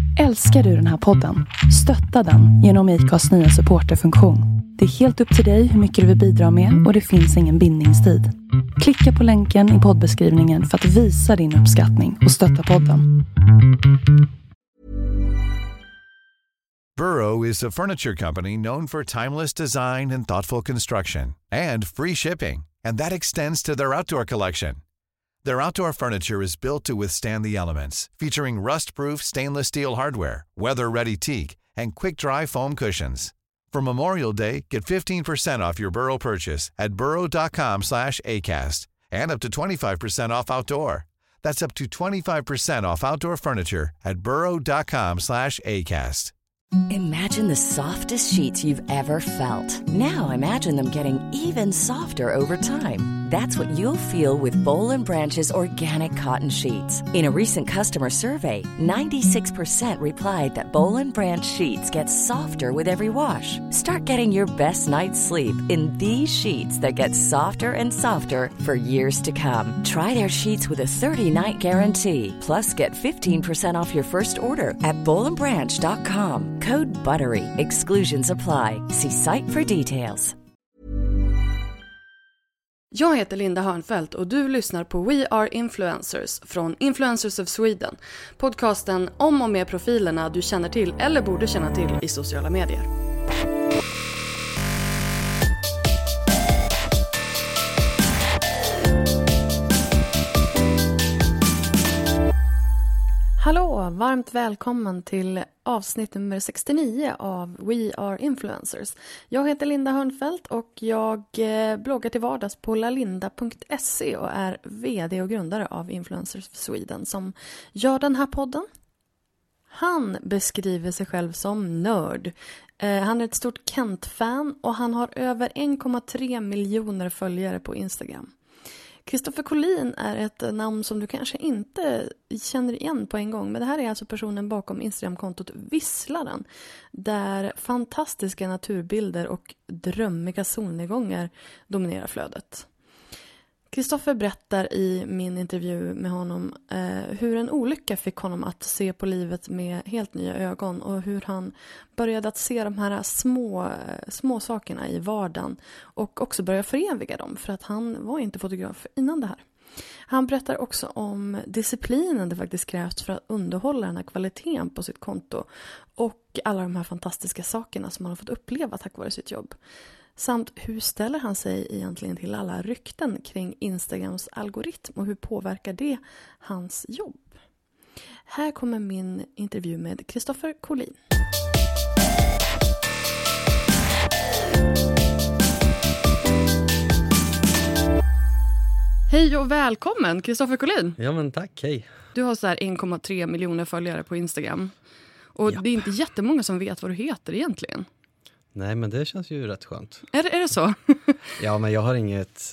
Älskar du den här podden? Stötta den genom IKAs nya supporterfunktion. Det är helt upp till dig hur mycket du vill bidra med och det finns ingen bindningstid. Klicka på länken i poddbeskrivningen för att visa din uppskattning och stötta podden. Burrow is a furniture company known for timeless design and thoughtful construction and free shipping, and that extends to their outdoor collection. Their outdoor furniture is built to withstand the elements, featuring rust-proof stainless steel hardware, weather-ready teak, and quick-dry foam cushions. For Memorial Day, get 15% off your Burrow purchase at burrow.com/acast, and up to 25% off outdoor. That's up to 25% off outdoor furniture at burrow.com/acast. Imagine the softest sheets you've ever felt. Now imagine them getting even softer over time. That's what you'll feel with Boll & Branch's organic cotton sheets. In a recent customer survey, 96% replied that Boll & Branch sheets get softer with every wash. Start getting your best night's sleep in these sheets that get softer and softer for years to come. Try their sheets with a 30-night guarantee. Plus, get 15% off your first order at bollandbranch.com. Code BUTTERY. Exclusions apply. See site for details. Jag heter Linda Hörnfeldt och du lyssnar på We Are Influencers från Influencers of Sweden. Podcasten om och med profilerna du känner till eller borde känna till i sociala medier. Hallå, varmt välkommen till avsnitt nummer 69 av We Are Influencers. Jag heter Linda Hörnfeldt och jag bloggar till vardags på lalinda.se och är vd och grundare av Influencers of Sweden som gör den här podden. Han beskriver sig själv som nörd. Han är ett stort Kent-fan och han har över 1,3 miljoner följare på Instagram. Christopher Collin är ett namn som du kanske inte känner igen på en gång. Men det här är alltså personen bakom Instagram-kontot Visslaren. Där fantastiska naturbilder och drömmiga solnedgångar dominerar flödet. Christopher berättar i min intervju med honom hur en olycka fick honom att se på livet med helt nya ögon. Och hur han började att se de här små sakerna i vardagen. Och också börja föreviga dem för att han var inte fotograf innan det här. Han berättar också om disciplinen det faktiskt krävs för att underhålla den här kvaliteten på sitt konto. Och alla de här fantastiska sakerna som han har fått uppleva tack vare sitt jobb. Samt hur ställer han sig egentligen till alla rykten kring Instagrams algoritm och hur påverkar det hans jobb? Här kommer min intervju med Christopher Collin. Hej och välkommen Christopher Collin. Ja men tack, hej. Du har så här 1,3 miljoner följare på Instagram. Och det är inte jättemånga som vet vad du heter egentligen. Nej, men det känns ju rätt skönt. Är det så? Ja, men jag har inget,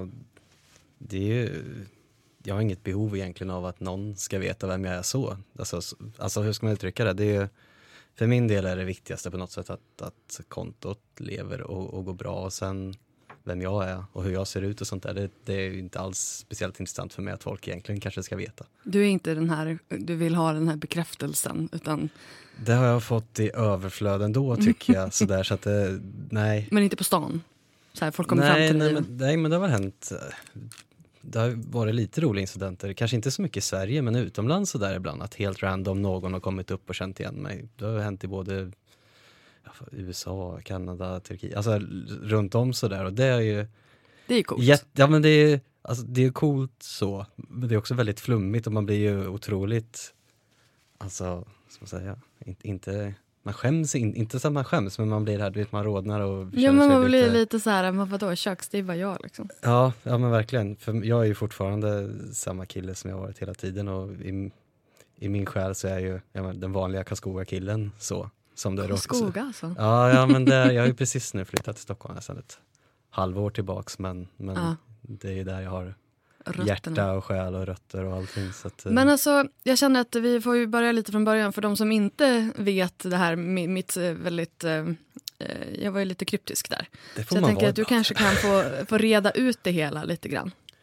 jag har inget behov egentligen av att någon ska veta vem jag är så. Alltså hur ska man uttrycka det? Det är, för min del är det viktigaste på något sätt att kontot lever och går bra. Och sen vem jag är och hur jag ser ut och sånt där. Det är inte alls speciellt intressant för mig att folk egentligen kanske ska veta. Du är inte du vill ha den här bekräftelsen utan... Det har jag fått i överflöden då tycker jag. Så att nej. Men inte på stan? Så här, folk kommer fram till dig. Nej, men det har hänt. Det har varit lite roliga incidenter. Kanske inte så mycket i Sverige men utomlands så där ibland. Att helt random någon har kommit upp och känt igen mig. Det har hänt i både USA, Kanada, Turkiet. Alltså runt om så där. Och det är ju... Det är coolt. Ja, men det är coolt så. Men det är också väldigt flummigt och man blir ju otroligt... Alltså, ska man säga... Inte man skäms inte så att man skäms men man blir här, du vet, man rodnar och ja, men man blir lite så här, men vadå, köksdiv var jag liksom. Ja men verkligen, för jag är ju fortfarande samma kille som jag har varit hela tiden och i min själ så är jag ju den vanliga Karlskoga-killen så som det är också. Karlskoga alltså? Ja men jag har ju precis nu flyttat till Stockholm sedan ett halvår tillbaks men det är ju där jag har rötterna. Hjärta och själ och rötter och allting. Så att, men alltså, jag känner att vi får ju börja lite från början för de som inte vet det här, mitt väldigt... jag var ju lite kryptisk där. Så jag tänker att du kanske kan få reda ut det hela lite grann.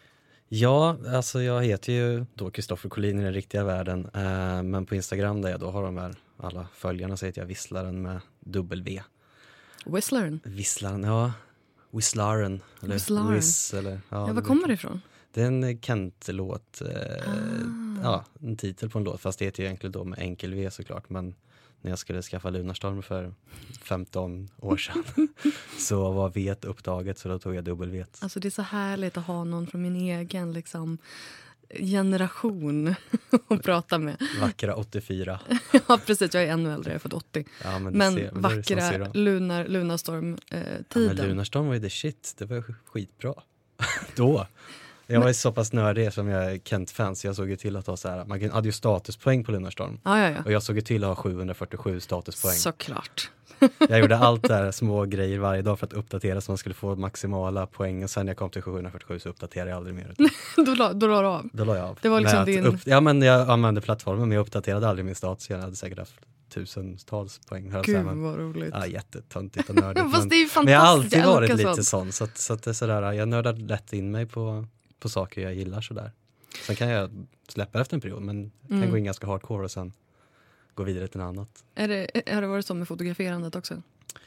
Ja, alltså jag heter ju då Kristoffer Collin i den riktiga världen. Men på Instagram där jag då har de här alla följarna så heter jag Visslaren med W. Whistlaren? Visslaren, ja. Whistlaren. Eller Whistlaren. Whis, eller, Ja, var kommer det ifrån? Det är en Kent-låt. Ja, en titel på en låt. Fast det heter ju egentligen då med enkel V såklart. Men när jag skulle skaffa Lunarstorm för 15 år sedan så var V upptaget så då tog jag W. Alltså det är så härligt att ha någon från min egen liksom, generation att prata med. Vackra 84. Ja, precis. Jag är ännu äldre, jag är född 80. Ja, men vackra Lunarstorm-tiden. Men Lunarstorm var ju the shit. Det var skitbra. Då. Jag var ju så pass nördig som jag är Kent-fan så jag såg ju till att ha så här. Man hade ju statuspoäng på Lunarstorm. Ja. Och jag såg ju till att ha 747 statuspoäng. Såklart. Jag gjorde allt där små grejer varje dag för att uppdatera så man skulle få maximala poäng. Och sen när jag kom till 747 så uppdaterade jag aldrig mer. Då la du av? Då la jag av. Det var liksom din... Ja, men jag använde plattformen men jag uppdaterade aldrig min status. Jag hade säkert haft tusentals poäng. Gud vad roligt. Ja, jättetöntigt och nördigt. Fast det är ju fantastiskt. Men jag har alltid varit lite sån. Så att det är sådär, jag nördar lätt in mig på saker jag gillar sådär. Sen kan jag släppa efter en period men kan gå in ganska hardcore och sen gå vidare till något annat. Har det varit så med fotograferandet också?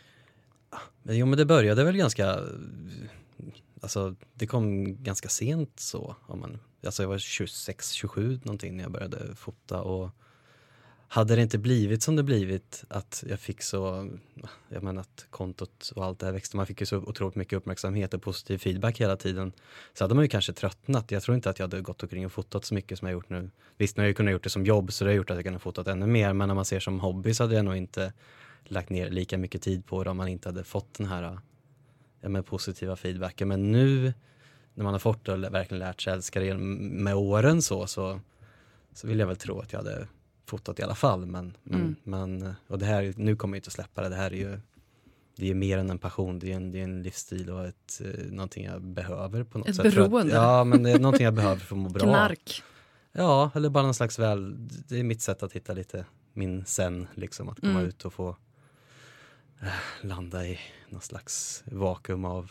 Jo, men det började väl ganska... Alltså, det kom ganska sent så. Alltså jag var 26-27 någonting när jag började fota och hade det inte blivit som det blivit att jag fick så, jag menar att kontot och allt det här växte, man fick ju så otroligt mycket uppmärksamhet och positiv feedback hela tiden, så hade man ju kanske tröttnat. Jag tror inte att jag hade gått omkring och fotat så mycket som jag gjort nu. Visst, nu har jag ju kunnat gjort det som jobb så det har gjort att jag kunnat fotat ännu mer, men när man ser som hobby så hade jag nog inte lagt ner lika mycket tid på det om man inte hade fått den här positiva feedbacken. Men nu när man har fått det och verkligen lärt sig älska det med åren så vill jag väl tro att jag hade fotat i alla fall, men och det här, nu kommer jag inte att släppa det. Det här är ju, det är mer än en passion, det är en livsstil och någonting jag behöver på något sätt. Ett beroende. Ja, men det är någonting jag behöver för att må bra. Knark. Ja, eller bara någon slags det är mitt sätt att hitta lite min sen, liksom att komma ut och få landa i någon slags vakuum av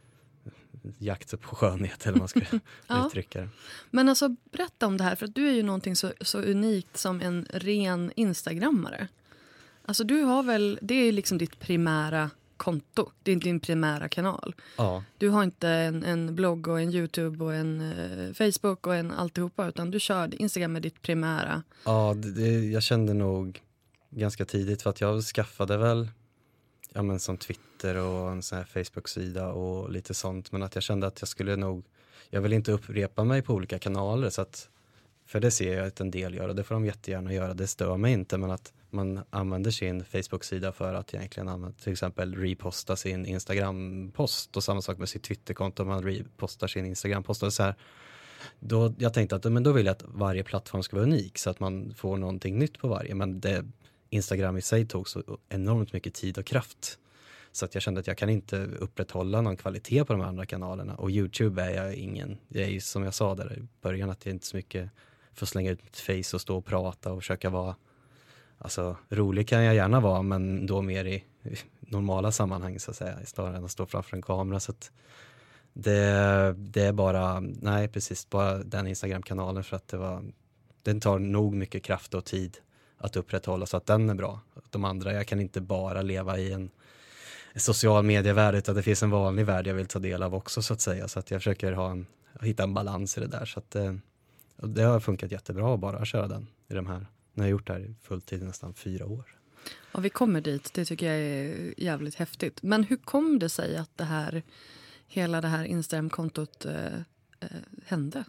jakt på skönhet eller vad man ska uttrycka det. Men alltså berätta om det här, för att du är ju någonting så unikt som en ren instagrammare. Alltså du har väl, det är liksom ditt primära konto, det är din primära kanal. Ja. Du har inte en blogg och en YouTube och en Facebook och en alltihopa, utan du kör Instagram med ditt primära. Ja, jag kände nog ganska tidigt för att jag skaffade väl som Twitter och en sån här Facebook-sida och lite sånt, men att jag kände att jag vill inte upprepa mig på olika kanaler, så att, för det ser jag att en del gör och det får de jättegärna göra, det stör mig inte, men att man använder sin Facebook-sida för att egentligen till exempel reposta sin Instagram-post, och samma sak med sitt Twitter-konto, man repostar sin Instagram-post och så här. Då, jag tänkte att då vill jag att varje plattform ska vara unik så att man får någonting nytt på varje, men Instagram i sig tog så enormt mycket tid och kraft. Så att jag kände att jag kan inte upprätthålla någon kvalitet på de andra kanalerna. Och YouTube är jag ingen. Jag är ju som jag sa där i början att det är inte så mycket för att slänga ut mitt face och stå och prata och försöka vara... Alltså rolig kan jag gärna vara, men då mer i normala sammanhang så att säga. Istället än att stå framför en kamera. Så att det är bara den Instagram-kanalen, för att den tar nog mycket kraft och tid att upprätthålla så att den är bra. De andra, jag kan inte bara leva i en social medievärld, utan det finns en vanlig värld jag vill ta del av också så att säga. Så att jag försöker hitta en balans i det där. Så att det har funkat jättebra att bara köra den i de här. Nu har jag gjort det här i fulltid nästan 4 år. Ja, vi kommer dit. Det tycker jag är jävligt häftigt. Men hur kom det sig att hela det här Instagram-kontot hände?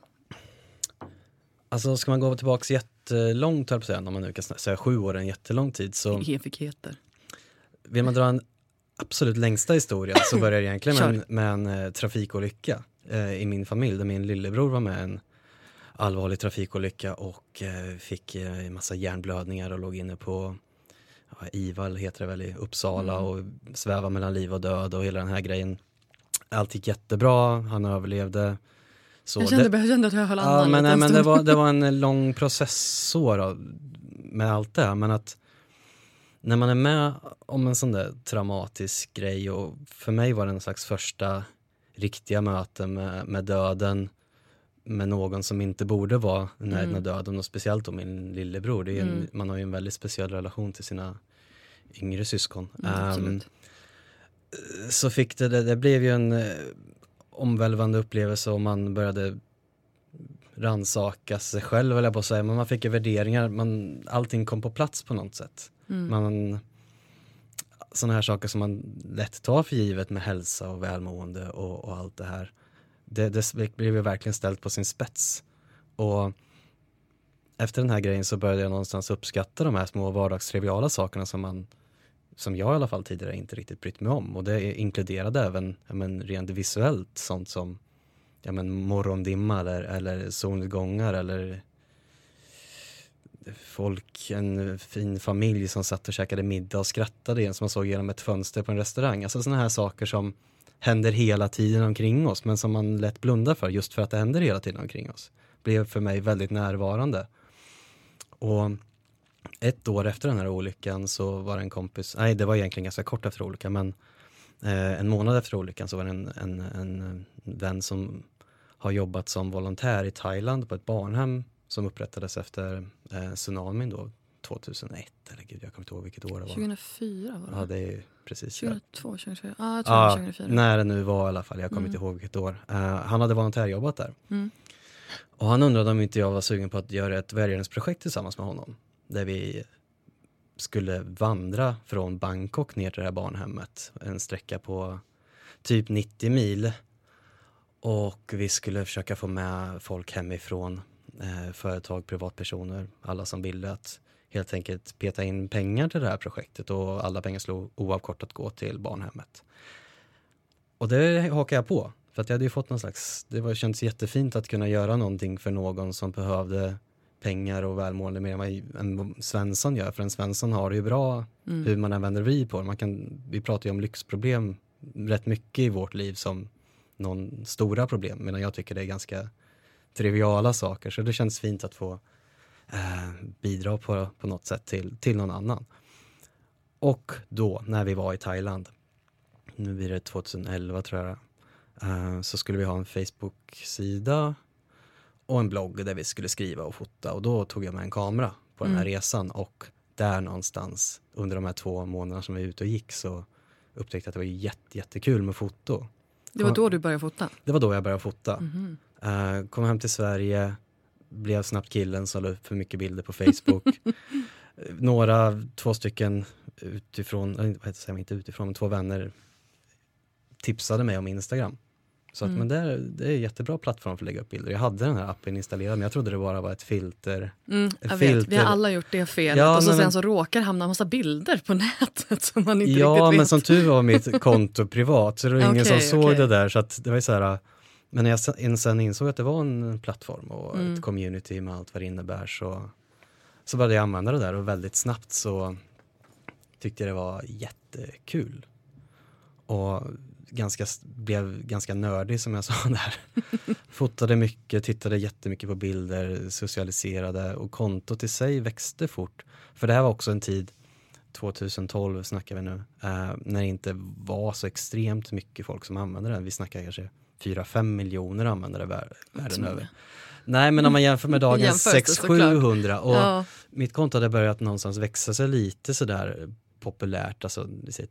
Alltså ska man gå tillbaka jättelångt, höll på att säga, om man nu kan säga 7 år, en jättelång tid. Så evigheter. Vill man dra en absolut längsta historia så börjar det egentligen med en trafikolycka i min familj. Där min lillebror var med en allvarlig trafikolycka och fick en massa hjärnblödningar och låg inne på Ival heter det väl i Uppsala och sväva mellan liv och död och hela den här grejen. Allt gick jättebra, han överlevde. Så jag kände att jag höll andan men det var en lång process så då, med allt det här. Men att när man är med om en sån där traumatisk grej, och för mig var det en slags första riktiga möte med döden med någon som inte borde vara nära döden, och speciellt då min lillebror. Det är man har ju en väldigt speciell relation till sina yngre syskon. Så fick det blev ju en omvälvande upplevelse, och man började rannsaka sig själv, eller på att säga, men man fick ju värderingar, allting kom på plats på något sätt. Såna här saker som man lätt tar för givet med hälsa och välmående och allt det här. Det blev ju verkligen ställt på sin spets. Och efter den här grejen så började jag någonstans uppskatta de här små vardagstriviala sakerna som jag i alla fall tidigare inte riktigt brytt mig om. Och det inkluderade även rent visuellt, sånt som morgondimma eller solnedgångar, eller en fin familj som satt och käkade middag och skrattade igen som man såg genom ett fönster på en restaurang. Alltså såna här saker som händer hela tiden omkring oss, men som man lätt blundar för just för att det händer hela tiden omkring oss. Blev för mig väldigt närvarande. Och ett år efter den här olyckan så var det en kompis, nej det var egentligen ganska kort efter olyckan, men en månad efter olyckan så var det en vän som har jobbat som volontär i Thailand på ett barnhem som upprättades efter tsunamin då 2001, eller gud jag kommer inte ihåg vilket år det var. 2004 var det? Ja, det är precis. 2002, 2004. Ja, jag tror det var 2004. När det nu var i alla fall, jag kommer inte ihåg vilket år. Han hade volontärjobbat där. Och han undrade om inte jag var sugen på att göra ett välgörenhetsprojekt tillsammans med honom. Där vi skulle vandra från Bangkok ner till det här barnhemmet. En sträcka på typ 90 mil. Och vi skulle försöka få med folk hemifrån, företag, privatpersoner, alla som ville, att helt enkelt peta in pengar till det här projektet, och alla pengar skulle oavkortat gå till barnhemmet. Och det hakade jag på, för att jag hade ju fått någon slags, känns jättefint att kunna göra någonting för någon som behövde pengar och välmående mer än vad Svensson gör, för en Svensson har det ju bra hur man än vänder vi på det. Vi pratar ju om lyxproblem rätt mycket i vårt liv som någon stora problem, medan jag tycker det är ganska triviala saker, så det känns fint att få bidra på något sätt till någon annan. Och då när vi var i Thailand, nu blir det 2011 tror jag, så skulle vi ha en Facebook-sida och en blogg där vi skulle skriva och fota, och då tog jag med en kamera på den här resan, och där någonstans under de här 2 månaderna som vi var ute och gick så upptäckte jag att det var jättekul med foto. Det var då du började fota? Det var då jag började fota. Kom hem till Sverige, blev snabbt killen som la upp för mycket bilder på Facebook. 2 stycken utifrån, inte utifrån, men 2 vänner tipsade mig om Instagram. Så att, men det är en jättebra plattform för att lägga upp bilder. Jag hade den här appen installerad, men jag trodde det bara var ett filter. Jag vet, vi har alla gjort det felet. Ja, och så sen så råkar hamna en massa bilder på nätet som man inte riktigt vet. Ja, men som tur var mitt konto privat, så det var ingen som såg det där. Så att det var så här, men när jag sen insåg att det var en plattform och ett community med allt vad det innebär, så började jag använda det där, och väldigt snabbt så tyckte jag det var jättekul. Och blev ganska nördig som jag sa där. Fotade mycket, tittade jättemycket på bilder, socialiserade, och kontot i sig växte fort. För det här var också en tid, 2012 snackar vi nu, när det inte var så extremt mycket folk som använde den. Vi snackar kanske 4-5 miljoner användare världen över. Nej, men om man jämför med dagens 600-700, och mitt konto hade börjat någonstans växa sig lite sådär populärt, alltså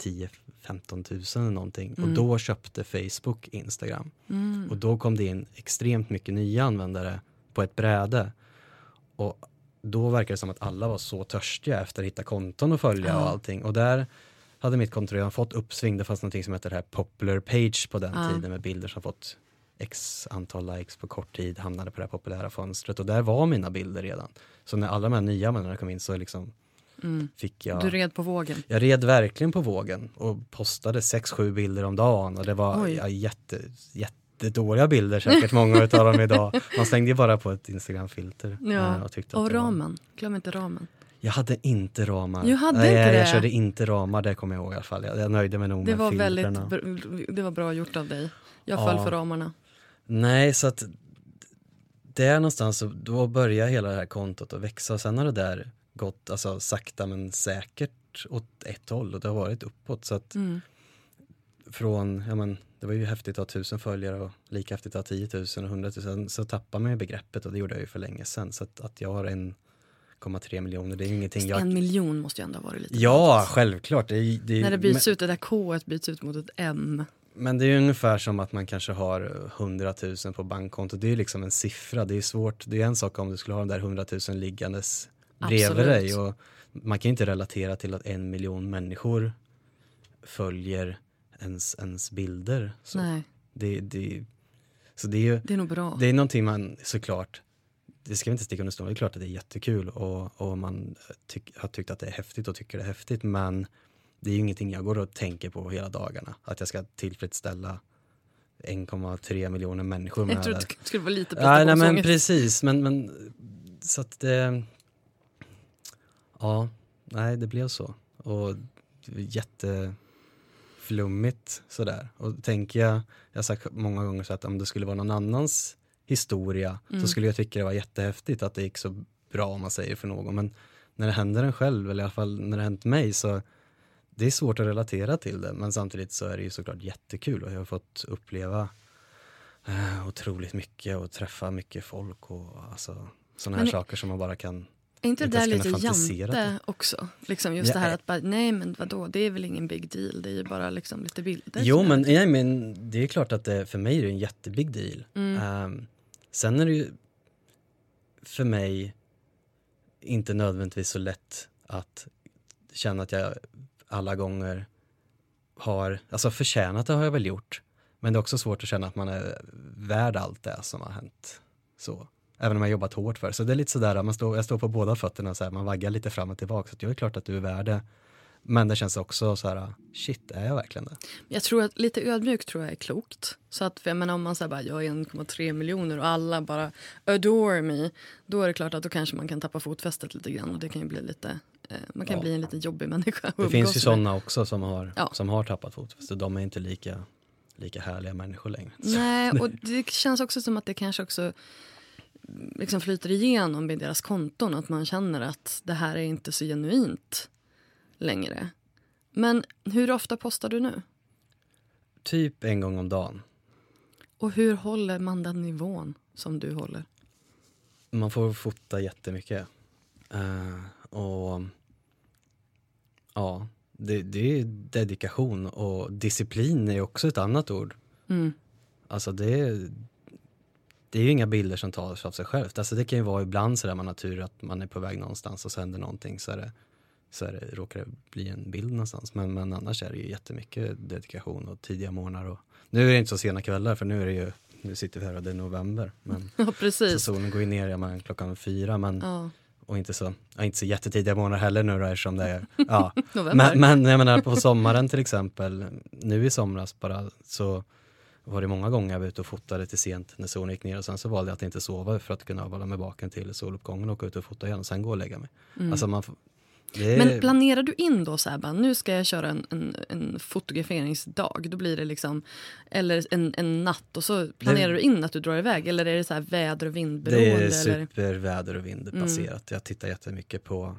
10-15 000 eller någonting. Och då köpte Facebook Instagram. Och då kom det in extremt mycket nya användare på ett bräde. Och då verkar det som att alla var så törstiga efter att hitta konton och följa och allting. Och där hade mitt konto redan fått uppsving. Det fanns någonting som heter det här popular page på den tiden, med bilder som fått x antal likes på kort tid, hamnade på det här populära fönstret. Och där var mina bilder redan. Så när alla de här nya användarna kom in så liksom fick jag... Du red på vågen? Jag red verkligen på vågen och postade 6-7 bilder om dagen. Och det var jättedåliga bilder säkert, många av dem idag. Man slängde ju bara på ett Instagram-filter. Ja, och ramen. Var... Glöm inte ramen. Jag hade inte ramar. Jag hade inte det. Jag körde inte ramar, det kommer jag ihåg i alla fall. Jag nöjde mig nog med filtrerna. Det var bra gjort av dig. Jag föll för ramarna. Nej, så att det är någonstans, då börjar hela det här kontot att växa. Och sen har det där gått alltså, sakta men säkert åt ett håll, och det har varit uppåt. Så att från det var ju häftigt att ha 1000 följare och lika häftigt att ha 10 000 och 100 000. Så tappar man ju begreppet och det gjorde jag ju för länge sedan. Så att jag har 1,3 miljoner, det är ju ingenting jag... 1 miljon måste ju ändå vara lite. Ja, självklart. När det byts ut, det där K-et byts ut mot ett M. Men det är ju ungefär som att man kanske har 100 000 på bankkonto. Det är ju liksom en siffra. Det är svårt. Det är en sak om du skulle ha de där 100 000 liggandes bredvid dig. Och man kan inte relatera till att 1 miljon människor följer ens bilder. Så Nej. Så det är ju... Det är nog bra. Det är någonting man såklart... Det ska vi inte sticka under stånd. Det är klart att det är jättekul. Och man har tyckt att det är häftigt och tycker det är häftigt. Men... Det är ju ingenting jag går och tänker på hela dagarna. Att jag ska tillfredsställa 1,3 miljoner människor med jag tror att det skulle vara lite nej, men precis. Men så att det... Ja, nej, det blev så. Och jätteflummigt sådär. Och tänker jag har sagt många gånger så att om det skulle vara någon annans historia så skulle jag tycka det var jättehäftigt att det gick så bra om man säger för någon. Men när det händer en själv, eller i alla fall när det hänt mig, så det är svårt att relatera till det, men samtidigt så är det ju såklart jättekul och jag har fått uppleva otroligt mycket och träffa mycket folk och alltså sådana här saker som man bara kan... Är inte det där lite jante till också? Liksom just det här att bara, nej men vadå, det är väl ingen big deal, det är ju bara liksom lite bilder. Jo, men det är klart att för mig är det en jättebig deal. Sen är det ju för mig inte nödvändigtvis så lätt att känna att jag alla gånger har, alltså förtjänat det har jag väl gjort. Men det är också svårt att känna att man är värd allt det som har hänt. Så. Även om jag har jobbat hårt för. Så det är lite sådär, jag står på båda fötterna så här, man vaggar lite fram och tillbaka. Så det är klart att du är värd det. Men det känns också så här, shit, är jag verkligen det? Jag tror att lite ödmjukt tror jag är klokt. Så att, jag menar, om man säger bara, jag är 1,3 miljoner och alla bara adore me. Då är det klart att då kanske man kan tappa fotfästet lite grann. Och det kan ju bli lite, man kan bli en lite jobbig människa. Det finns ju sådana också som har tappat fotfästet. De är inte lika härliga människor längre. Nej, och det känns också som att det kanske också liksom flyter igenom med deras konton. Att man känner att det här är inte så genuint längre. Men hur ofta postar du nu? Typ en gång om dagen. Och hur håller man den nivån som du håller? Man får fota jättemycket. Och ja, det är dedikation. Och disciplin är också ett annat ord. Alltså det är ju inga bilder som tas av sig självt. Alltså det kan ju vara ibland så där man har tur att man är på väg någonstans och så händer någonting råkar det bli en bild någonstans. Men annars är det ju jättemycket dedikation och tidiga morgnar. Och nu är det inte så sena kvällar för nu sitter vi här och det är november. Men ja, precis. Så solen går ju ner klockan 4. Men, och inte så jättetidiga morgnar heller nu då, eftersom det är men jag menar på sommaren till exempel, nu i somras bara så var det många gånger jag var ute och fotade till sent när solen gick ner och sen så valde jag att inte sova för att kunna hålla mig vaken till soluppgången och gå ut och fota igen och sen gå och lägga mig. Alltså Men planerar du in då så här, bara, nu ska jag köra en fotograferingsdag, då blir det liksom, eller en natt och så planerar du in att du drar iväg, eller är det så här väder- och vindberoende? Det är superväder- och vindbaserat. Jag tittar jättemycket på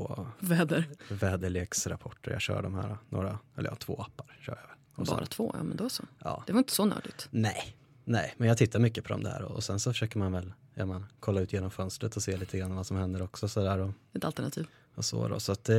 väderleksrapporter. Jag kör de här 2 appar kör jag. Bara 2, ja men då så. Ja. Det var inte så nördigt. Nej, men jag tittar mycket på dem där och sen så försöker man väl kolla ut genom fönstret och se lite grann vad som händer också så där, och ett alternativ. Och så då. Så att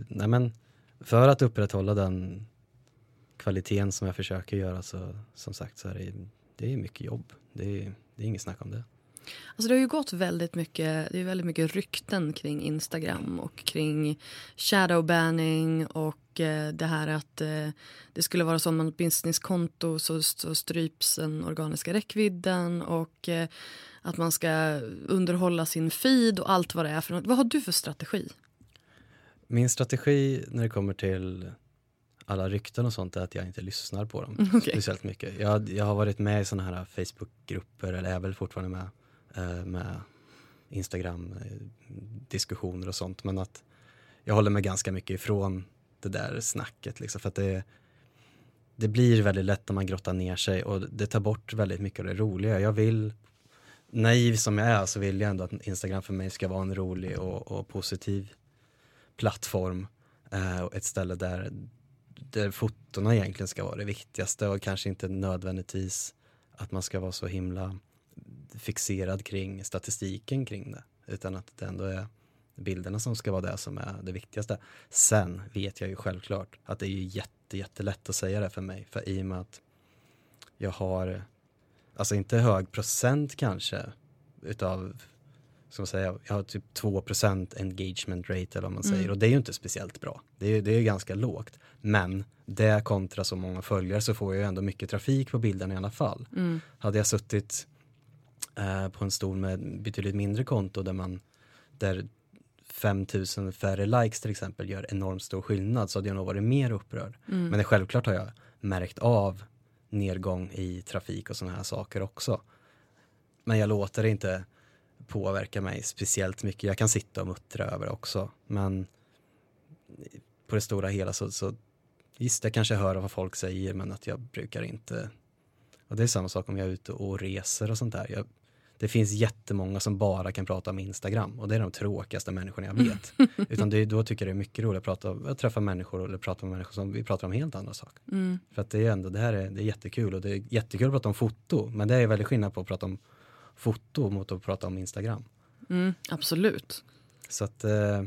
för att upprätthålla den kvaliteten som jag försöker göra, så som sagt så är det är mycket jobb. Det är inget snack om det. Alltså det har ju gått väldigt mycket rykten kring Instagram och kring shadowbanning och det här att det skulle vara som ett businesskonto så stryps den organiska räckvidden och att man ska underhålla sin feed och allt vad det är för något. Vad har du för strategi? Min strategi när det kommer till alla rykten och sånt är att jag inte lyssnar på dem speciellt mycket. Jag har varit med i såna här Facebookgrupper, eller är väl fortfarande med Instagram-diskussioner och sånt, men att jag håller mig ganska mycket ifrån det där snacket liksom, för att det blir väldigt lätt när man grottar ner sig och det tar bort väldigt mycket av det roliga. Jag vill, naiv som jag är, så vill jag ändå att Instagram för mig ska vara en rolig och positiv plattform och ett ställe där där fotona egentligen ska vara det viktigaste och kanske inte nödvändigtvis att man ska vara så himla fixerad kring statistiken kring det, utan att det ändå är bilderna som ska vara det som är det viktigaste. Sen vet jag ju självklart att det är ju jättelätt att säga det för mig, för i och med att jag har, alltså inte hög procent kanske utav, ska man säga, jag har typ 2% engagement rate eller vad man säger, och det är ju inte speciellt bra. Det är ju ganska lågt, men det kontra så många följare så får jag ju ändå mycket trafik på bilden i alla fall. Hade jag suttit på en stol med betydligt mindre konto där 5000 färre likes till exempel gör enormt stor skillnad, så hade jag nog varit mer upprörd. Men det självklart har jag märkt av nedgång i trafik och såna här saker också. Men jag låter det inte påverka mig speciellt mycket. Jag kan sitta och muttra över det också. Men på det stora hela så visst, jag kanske hör vad folk säger, men att jag brukar inte. Och det är samma sak om jag är ute och reser och sånt där. Det finns jättemånga som bara kan prata om Instagram, och det är de tråkigaste människorna jag vet. Utan då tycker jag det är mycket roligt att träffa människor eller prata med människor som vi pratar om helt andra saker. För att det är ändå, det är jättekul, och det är jättekul att prata om foto, men det är väldigt skillnad på att prata om foto mot att prata om Instagram. Absolut. Så att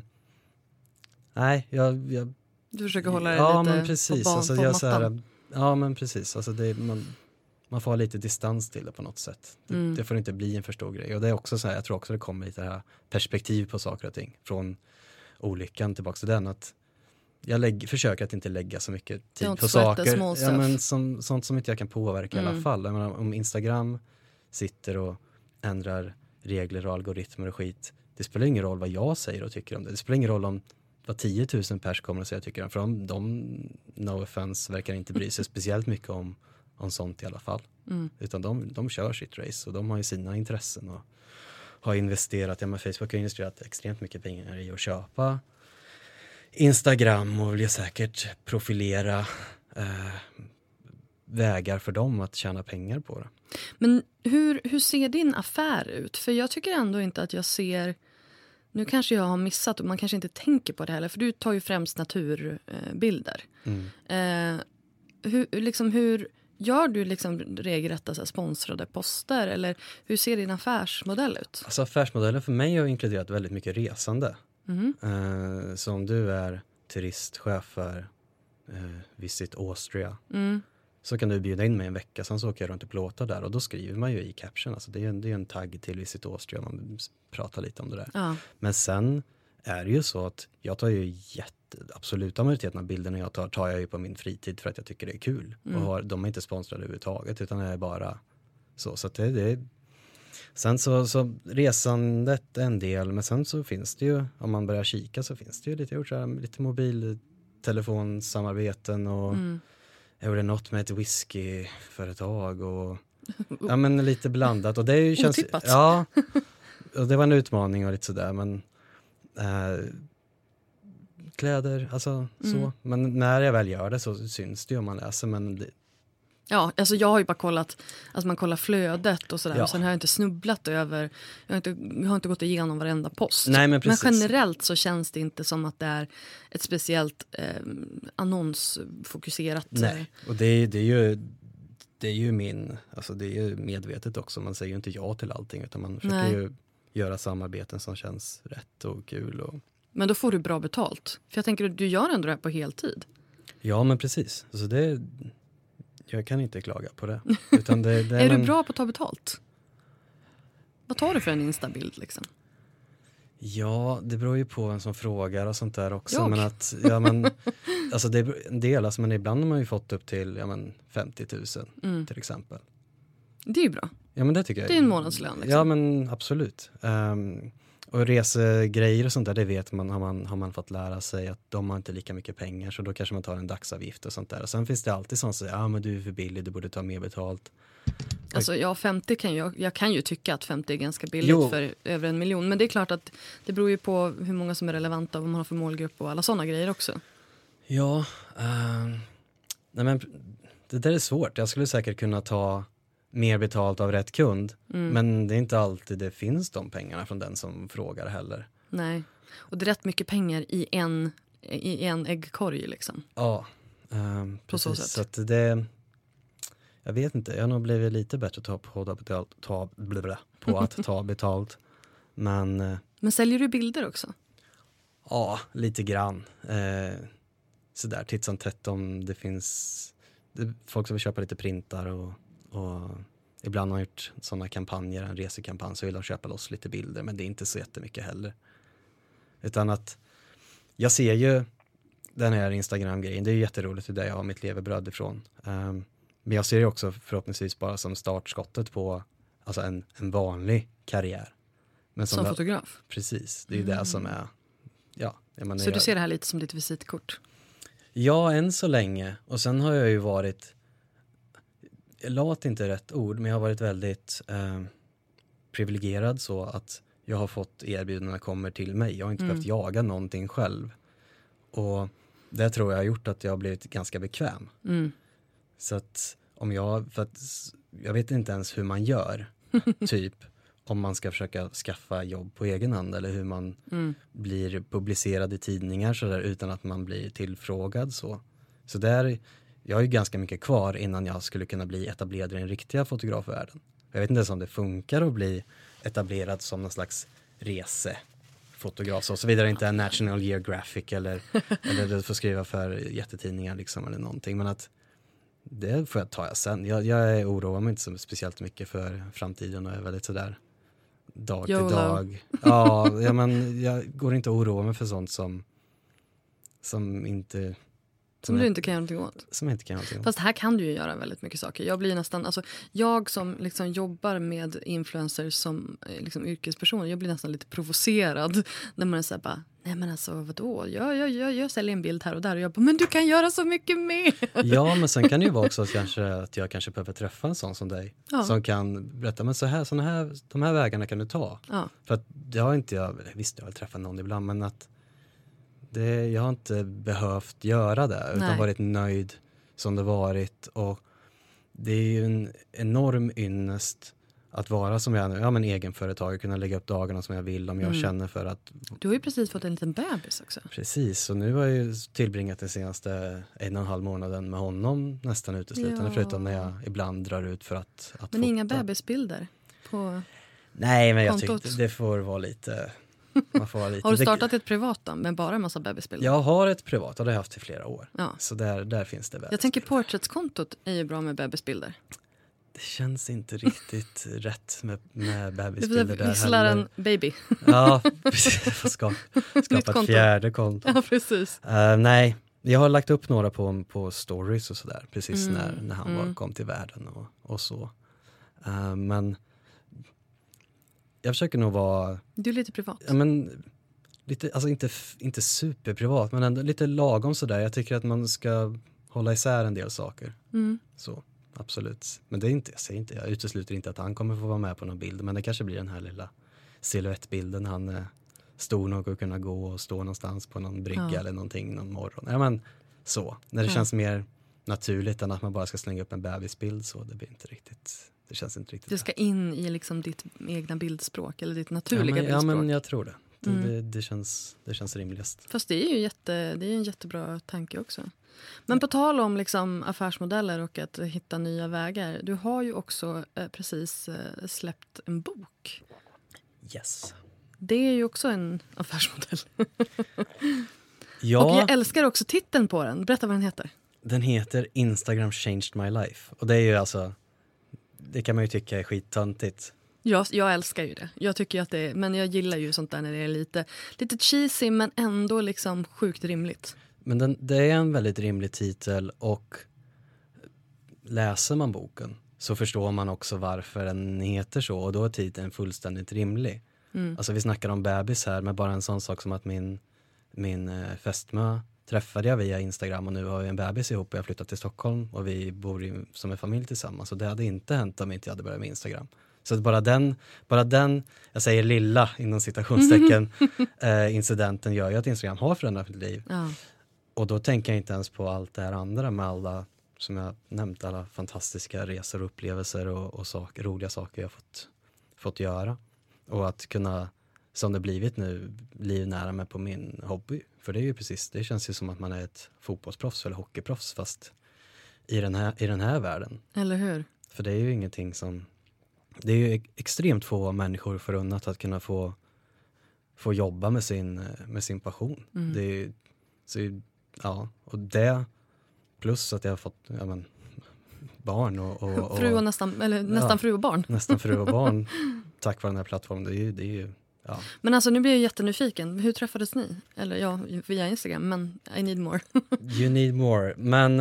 nej, jag du försöker hålla det lite men precis. på Alltså, på mattan. Ja, men precis. Alltså man får ha lite distans till det på något sätt. Det får inte bli en för stor grej. Och det är också så här, jag tror också det kommer lite här perspektiv på saker och ting. Från olyckan tillbaka till den. Att jag försöker att inte lägga så mycket tid på saker. Men sånt som inte jag kan påverka i alla fall. Jag menar, om Instagram sitter och ändrar regler och algoritmer och skit. Det spelar ingen roll vad jag säger och tycker om det. Det spelar ingen roll om vad 10 000 pers kommer att säga och tycker om. För de no offense, verkar inte bry sig speciellt mycket om sånt i alla fall. Utan de kör sitt race, och de har ju sina intressen och har investerat, Facebook har investerat extremt mycket pengar i att köpa Instagram och vill säkert profilera vägar för dem att tjäna pengar på det. Men hur ser din affär ut? För jag tycker ändå inte att jag ser, nu kanske jag har missat och man kanske inte tänker på det heller, för du tar ju främst naturbilder. Hur gör du liksom regelrätta så här sponsrade poster, eller hur ser din affärsmodell ut? Alltså affärsmodellen för mig har inkluderat väldigt mycket resande. Så om du är turistchef för Visit Austria, så kan du bjuda in mig en vecka, sen så åker jag runt och plåtar där, och då skriver man ju i caption, alltså det är en tagg till Visit Austria, man pratar lite om det där. Ja. Men sen är det ju så att jag tar ju absoluta majoriteten av bilderna jag tar jag ju på min fritid för att jag tycker det är kul. Och de är inte sponsrade överhuvudtaget, utan det är bara så att det sen så resandet är en del, men sen så finns det ju, om man börjar kika, så finns det ju lite mobiltelefonsamarbeten, och jag gjorde något med ett whiskyföretag och ja, men lite blandat, och det känns otippat. Ja, och det var en utmaning och lite sådär, men kläder, alltså så. Men när jag väl gör det så syns det ju om man läser, men ja, alltså jag har ju bara kollat, alltså man kollar flödet och sådär, och sen har jag inte snubblat över, jag har inte gått igenom varenda post. Nej, men generellt så känns det inte som att det är ett speciellt annonsfokuserat. Nej, och det är ju alltså det är ju medvetet också, man säger ju inte ja till allting, utan man försöker ju göra samarbeten som känns rätt och kul. Men då får du bra betalt, för jag tänker att du gör ändå det här på heltid. Ja, men precis. Alltså jag kan inte klaga på det. Utan det är du bra på att ta betalt? Vad tar du för en instabild liksom? Ja, det beror ju på vem som frågar och sånt där också. Men alltså det är en del, alltså, men ibland har man ju fått upp till 50 000 till exempel. Det är ju bra. Ja, men det tycker jag. Det är en månadslön liksom. Ja, men absolut. Och resegrejer och sånt där, det vet man, har man fått lära sig att de har inte lika mycket pengar, så då kanske man tar en dagsavgift och sånt där. Och sen finns det alltid sånt som säger, men du är för billig, du borde ta mer betalt. Alltså 50 jag kan ju tycka att 50 är ganska billigt för över 1 miljon, men det är klart att det beror ju på hur många som är relevanta och vad man har för målgrupp och alla sådana grejer också. Ja, nej men det där är svårt. Jag skulle säkert kunna ta mer betalt av rätt kund. Men det är inte alltid det finns de pengarna från den som frågar heller. Nej, och det är rätt mycket pengar i en äggkorg liksom. Ja, På så sätt. Så att det, jag vet inte, jag har nog blivit lite bättre på att ta betalt. Men säljer du bilder också? ja, lite grann. Sådär, titt som tätt om det finns folk som vill köpa lite printar och ibland har jag gjort sådana kampanjer, en resekampanj, så vill de köpa loss lite bilder, men det är inte så jättemycket heller. Utan att jag ser ju den här Instagram-grejen, det är ju jätteroligt, det är där jag har mitt levebröd ifrån. Men jag ser det också förhoppningsvis bara som startskottet på alltså en vanlig karriär. Men som fotograf? Precis, det är ju det som är... Ja, så du ser det här lite som ditt visitkort? Ja, än så länge. Och sen har jag ju varit... Lat inte rätt ord, men jag har varit väldigt privilegierad så att jag har fått erbjudanden kommer till mig. Jag har inte behövt jaga någonting själv. Och det tror jag har gjort att jag har blivit ganska bekväm. Så att för att jag vet inte ens hur man gör typ om man ska försöka skaffa jobb på egen hand eller hur man blir publicerad i tidningar så där, utan att man blir tillfrågad så där, jag har ju ganska mycket kvar innan jag skulle kunna bli etablerad i den riktiga fotografvärlden. Jag vet inte ens om det funkar att bli etablerad som någon slags resefotograf så vidare, inte en National Geographic eller du får skriva för jättetidningar liksom eller någonting, men att det får jag ta sen. Jag oroar mig inte så speciellt mycket för framtiden och är väldigt sådär dag till dag. Ja, men jag går inte att oroa mig för sånt som inte... Som du inte kan göra någonting åt. Som jag inte kan göra någonting åt. Fast här kan du ju göra väldigt mycket saker. Jag blir nästan, alltså jag som liksom jobbar med influencers som liksom yrkespersoner, jag blir nästan lite provocerad när man är så här bara, nej men alltså vadå? Jag säljer en bild här och där och jag bara, men du kan göra så mycket mer. Ja, men sen kan det ju vara också att jag kanske behöver träffa en sån som dig. Ja. Som kan berätta, men de här vägarna kan du ta. Ja. För att jag har väl träffat någon ibland, men att jag har inte behövt göra det utan varit nöjd som det varit, och det är ju en enorm ynnest att vara som jag är nu, egenföretagare, kunna lägga upp dagarna som jag vill om jag känner för att... Du har ju precis fått en liten bebis också. Precis, och nu har jag ju tillbringat den senaste 1,5 månaden med honom nästan uteslutande, förutom när jag ibland drar ut för att men fota. Inga bebisbilder på Nej, men jag kontot. tyckte det får vara lite... Har du startat ett privat då, med bara en massa bebisbilder? Jag har ett privat, och det har jag haft i flera år. Ja. Så där finns det bebisbilder. Jag tänker portraitskontot är ju bra med bebisbilder. Det känns inte riktigt rätt med bebisbilder där. Visslar en baby. Ja, precis. Jag får skapa ett fjärde konto. Ja, precis. Nej, jag har lagt upp några på stories och sådär. Precis när han kom till världen och så. Men... Jag försöker nog vara... Du är lite privat. Ja, men lite, alltså inte superprivat, men ändå lite lagom sådär. Jag tycker att man ska hålla isär en del saker. Så, absolut. Men det är inte, jag utesluter inte att han kommer få vara med på någon bild, men det kanske blir den här lilla silhuettbilden. Han är stor nog att kunna gå och stå någonstans på någon brygga eller någonting någon morgon. Ja, men så. När det känns mer naturligt än att man bara ska slänga upp en bebisbild, så det blir inte riktigt... Det känns inte riktigt. Det ska in i liksom ditt egna bildspråk eller ditt naturliga bildspråk. Ja, men jag tror det. Det känns rimligast. Fast det är ju en jättebra tanke också. Men på tal om liksom affärsmodeller och att hitta nya vägar. Du har ju också precis släppt en bok. Yes. Det är ju också en affärsmodell. Ja. Och jag älskar också titeln på den. Berätta vad den heter. Den heter Instagram Changed My Life. Och det är ju alltså... Det kan man ju tycka är skittöntigt. Jag älskar ju det. Jag tycker att men jag gillar ju sånt där när det är lite cheesy men ändå liksom sjukt rimligt. Men det är en väldigt rimlig titel, och läser man boken så förstår man också varför den heter så, och då är titeln fullständigt rimlig. Alltså vi snackar om bebis här, med bara en sån sak som att min fästmö träffade jag via Instagram, och nu har vi en bebis ihop och jag har flyttat till Stockholm och vi bor som en familj tillsammans, och det hade inte hänt om inte jag hade börjat med Instagram. Så bara den, jag säger lilla inom citationstecken, incidenten gör ju att Instagram har förändrat mitt liv. Ja. Och då tänker jag inte ens på allt det här andra med alla, som jag nämnt, alla fantastiska resor och upplevelser och roliga saker jag fått göra. Och att kunna som det blivit nu, livnära mig på min hobby. För det är ju precis, det känns ju som att man är ett fotbollsproffs eller hockeyproffs fast i den här världen. Eller hur? För det är ju ingenting som, det är ju extremt få människor förunnat att kunna få jobba med sin passion. Det är ju, så, ja, och det plus att jag har fått barn och fru och nästan fru och barn. Nästan fru och barn tack vare den här plattformen. Det är ju ja. Men alltså nu blir jag jättenyfiken. Hur träffades ni? Eller ja, via Instagram, men I need more. You need more. Men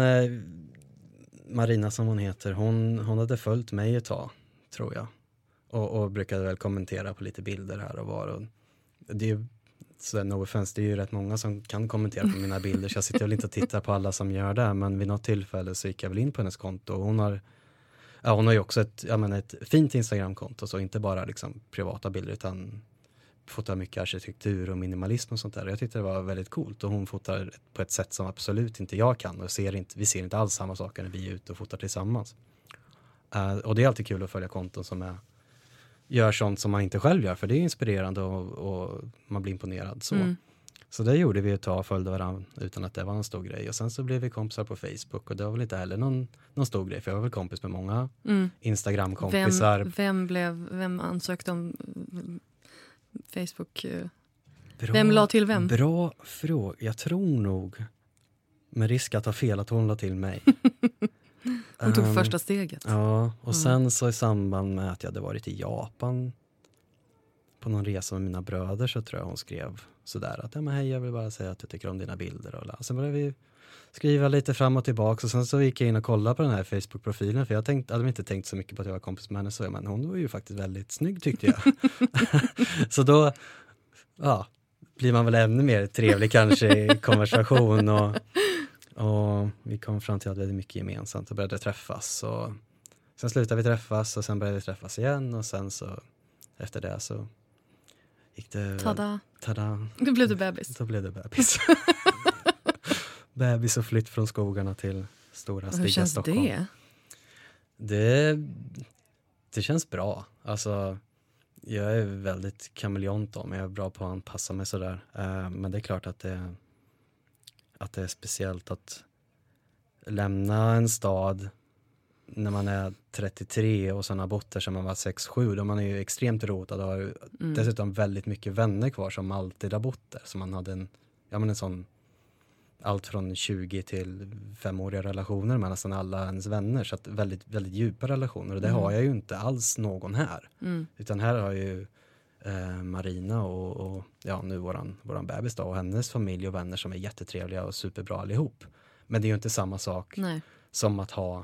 Marina som hon heter, hon hade följt mig ett tag, tror jag. Och brukade väl kommentera på lite bilder här och var. Och det är ju, så no offense, det är ju rätt många som kan kommentera på mina bilder. Så jag sitter väl inte och tittar på alla som gör det. Men vid något tillfälle så gick jag väl in på hennes konto. Och hon har ju också ett fint Instagram-konto. Så inte bara liksom privata bilder utan fotar mycket arkitektur och minimalism och sånt där. Jag tyckte det var väldigt coolt. Och hon fotar på ett sätt som absolut inte jag kan. Och vi ser inte alls samma saker när vi är ute och fotar tillsammans. Och det är alltid kul att följa konton som gör sånt som man inte själv gör. För det är inspirerande och man blir imponerad. Så det gjorde vi ett tag och följde varandra utan att det var en stor grej. Och sen så blev vi kompisar på Facebook. Och det var väl inte heller någon stor grej. För jag var väl kompis med många Instagram-kompisar. Vem ansökte om Facebook? Vem la till vem? Bra fråga. Jag tror nog, med risk att ha fel, att hon la till mig. Hon tog första steget. Ja, och sen så i samband med att jag hade varit i Japan på någon resa med mina bröder så tror jag hon skrev sådär att hej, jag vill bara säga att jag tycker om dina bilder. Och sen började vi skriva lite fram och tillbaka och sen så gick jag in och kollade på den här Facebook-profilen för jag hade inte tänkt så mycket på att jag var kompis med henne men hon var ju faktiskt väldigt snygg tyckte jag. Så då blir man väl ännu mer trevlig kanske i konversation och vi kom fram till att vi hade mycket gemensamt och började träffas och sen slutade vi träffas och sen började vi träffas igen och sen så efter det så gick det... Tada! Då blev det bebis. Då blev det bebis. Bebis och flytt från skogarna till stora stiga Stockholm. Hur känns det? Det känns bra. Alltså, jag är väldigt kameleont om. Jag är bra på att anpassa mig sådär. Men det är klart att det är speciellt att lämna en stad när man är 33 och sen har bott där sedan man var 6-7. Då man är ju extremt rotad och har dessutom väldigt mycket vänner kvar som alltid har bott där. Så man hade en sån allt från 20 till 5-åriga relationer med nästan alla ens vänner. Så att väldigt, väldigt djupa relationer. Och det har jag ju inte alls någon här. Utan här har ju Marina och nu våran bebis då, och hennes familj och vänner som är jättetrevliga och superbra allihop. Men det är ju inte samma sak som att ha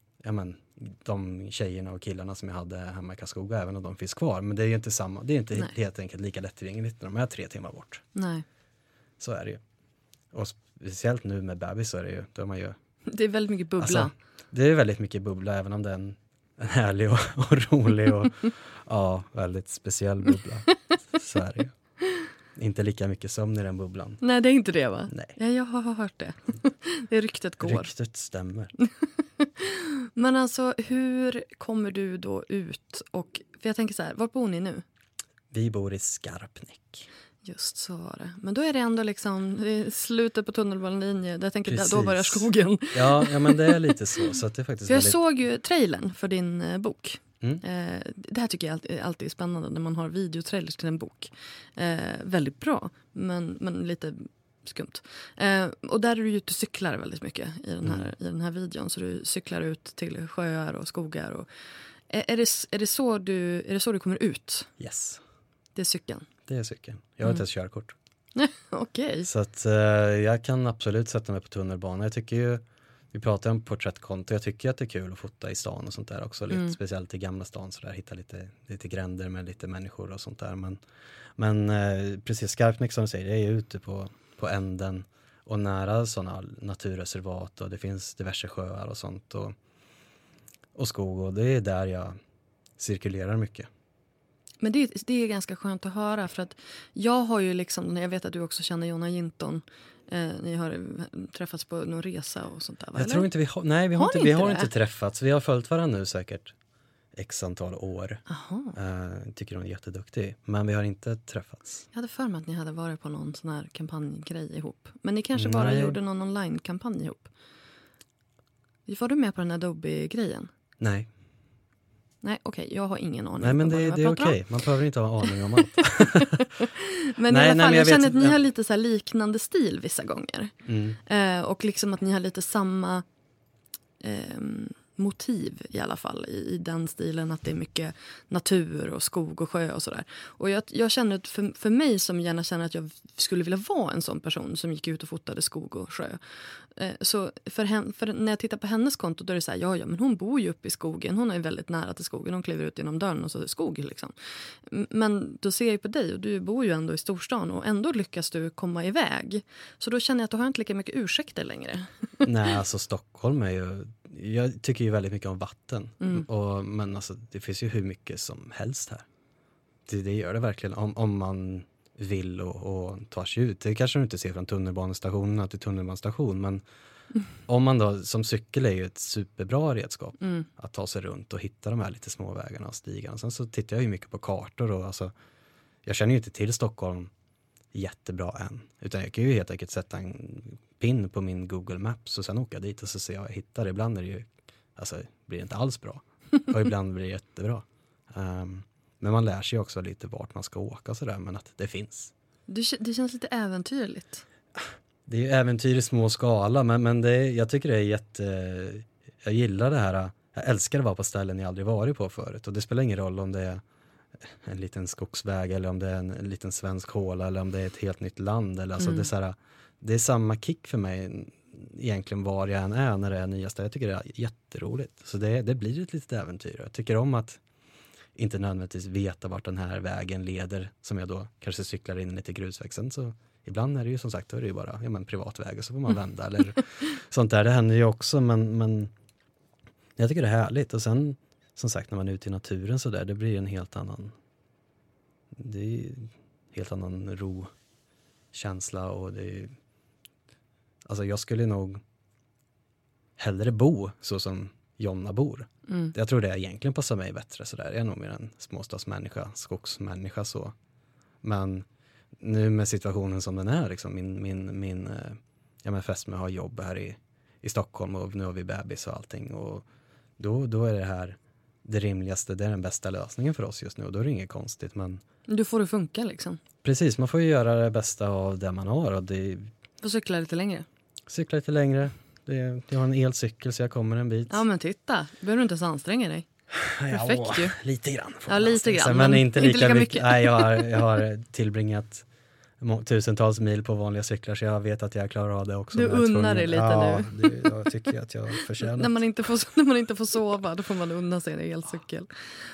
de tjejerna och killarna som jag hade hemma i Karlskoga, även om de finns kvar. Men det är ju inte samma. Det är inte helt enkelt lika lättillgängligt när de är 3 timmar bort. Nej. Så är det ju. Och speciellt nu med bebis så är det ju, då är man ju... Det är väldigt mycket bubbla. Alltså, det är väldigt mycket bubbla, även om det är en härlig och rolig och väldigt speciell bubbla. Så är det ju. Inte lika mycket sömn i den bubblan. Nej, det är inte det va? Nej. Ja, jag har hört det. Det är ryktet går. Ryktet stämmer. Men alltså, hur kommer du då ut? För jag tänker så här, var bor ni nu? Vi bor i Skarpnäck. Just så var det. Men då är det ändå liksom slutet på tunnelbanelinjen. Jag tänker precis. Då börjar skogen. Ja, men det är lite så att det är faktiskt för jag såg ju trailern för din bok. Mm. Det här tycker jag alltid är spännande när man har videotrailers till en bok. Väldigt bra, men lite skumt. Och där är du ju ute och cyklar väldigt mycket i den här videon. Så du cyklar ut till sjöar och skogar. Och, är det så du kommer ut? Yes. Det är cykeln? Det är cykeln. Jag har inte ens körkort. Okej. Så att jag kan absolut sätta mig på tunnelbanan. Jag tycker ju, vi pratar om porträttkonto. Jag tycker att det är kul att fota i stan och sånt där också. Lite, speciellt i gamla stan så där. Hitta lite gränder med lite människor och sånt där. Men precis, Skarpnäck som du säger, jag är ute på änden och nära sådana naturreservat och det finns diverse sjöar och sånt och skog och det är där jag cirkulerar mycket. Men det är ganska skönt att höra för att jag har ju liksom, jag vet att du också känner Jonna Jinton. Ni har träffats på någon resa och sånt där, va? Jag tror inte vi har inte träffats. Vi har följt varandra nu säkert x antal år. Tycker hon är jätteduktig. Men vi har inte träffats. Jag hade för mig att ni hade varit på någon sån här kampanjgrej ihop. Men ni kanske bara gjorde någon online-kampanj ihop. Var du med på den här Adobe-grejen? Nej. Nej, okej. Jag har ingen aning. Nej, men det är okej. Man behöver inte ha aning om allt. Men i alla fall, jag känner att ni har lite så här liknande stil vissa gånger. Och liksom att ni har lite samma motiv i alla fall i den stilen, att det är mycket natur och skog och sjö och sådär. Och jag känner att för mig som gärna känner att jag skulle vilja vara en sån person som gick ut och fotade skog och sjö. Så för när jag tittar på hennes konto då är det så här, ja men hon bor ju uppe i skogen, hon är väldigt nära till skogen, hon kliver ut genom dörren och så är det skog liksom. Men då ser jag ju på dig och du bor ju ändå i storstan och ändå lyckas du komma iväg. Så då känner jag att du har inte lika mycket ursäkter längre. Nej, alltså Stockholm är ju, jag tycker ju väldigt mycket om vatten. Men alltså, det finns ju hur mycket som helst här. Det gör det verkligen om man vill och tar sig ut. Det kanske du inte ser från tunnelbanestationen till tunnelbanestation, men om man då, som cykel är ju ett superbra redskap att ta sig runt och hitta de här lite små vägarna och stigarna. Sen så tittar jag ju mycket på kartor och alltså, jag känner ju inte till Stockholm jättebra än. Utan jag kan ju helt enkelt sätta en pin på min Google Maps och sen åka dit och så ser jag hittar det. Ibland är det ju, alltså blir det inte alls bra. Och ibland blir det jättebra. Men man lär sig också lite vart man ska åka och sådär, men att det finns. Det känns lite äventyrligt. Det är ju äventyr i små skala, men jag tycker det är jag gillar det här. Jag älskar att vara på ställen jag aldrig varit på förut. Och det spelar ingen roll om det är en liten skogsväg eller om det är en liten svensk håla eller om det är ett helt nytt land. Eller, alltså, det är samma kick för mig egentligen var jag än är när det är nya ställen. Jag tycker det är jätteroligt. Så det blir ett litet äventyr. Jag tycker om att inte nödvändigtvis veta vart den här vägen leder, som jag då kanske cyklar in lite grusväxeln. Så ibland är det ju som sagt, då är det ju bara privat väg och så får man vända eller sånt där. Det händer ju också, men jag tycker det är härligt. Och sen som sagt, när man är ute i naturen så där, det blir en helt annan ro-känsla och det är, alltså jag skulle nog hellre bo så som Jonna bor. Jag tror det egentligen passar mig bättre så där. Jag är nog mer en småstadsmänniska, skogsmänniska så. Men nu med situationen som den är liksom, min fästmö har jobb här i Stockholm och nu har vi bebis och allting och då är det här det rimligaste, det är den bästa lösningen för oss just nu och då är det inget konstigt, men du får det funka liksom. Precis, man får ju göra det bästa av det man har och det får cykla lite längre. Jag har en elcykel så jag kommer en bit. Ja men titta, behöver du inte så anstränga dig. Perfekt ju. Lite grann. Ja, lite grann. Men inte lika mycket. Nej, jag har tillbringat tusentals mil på vanliga cyklar så jag vet att jag klarar av det också. Du unnar dig lite nu. Jag tycker att jag förtjänar. När man inte får sova, då får man unna sig en elcykel.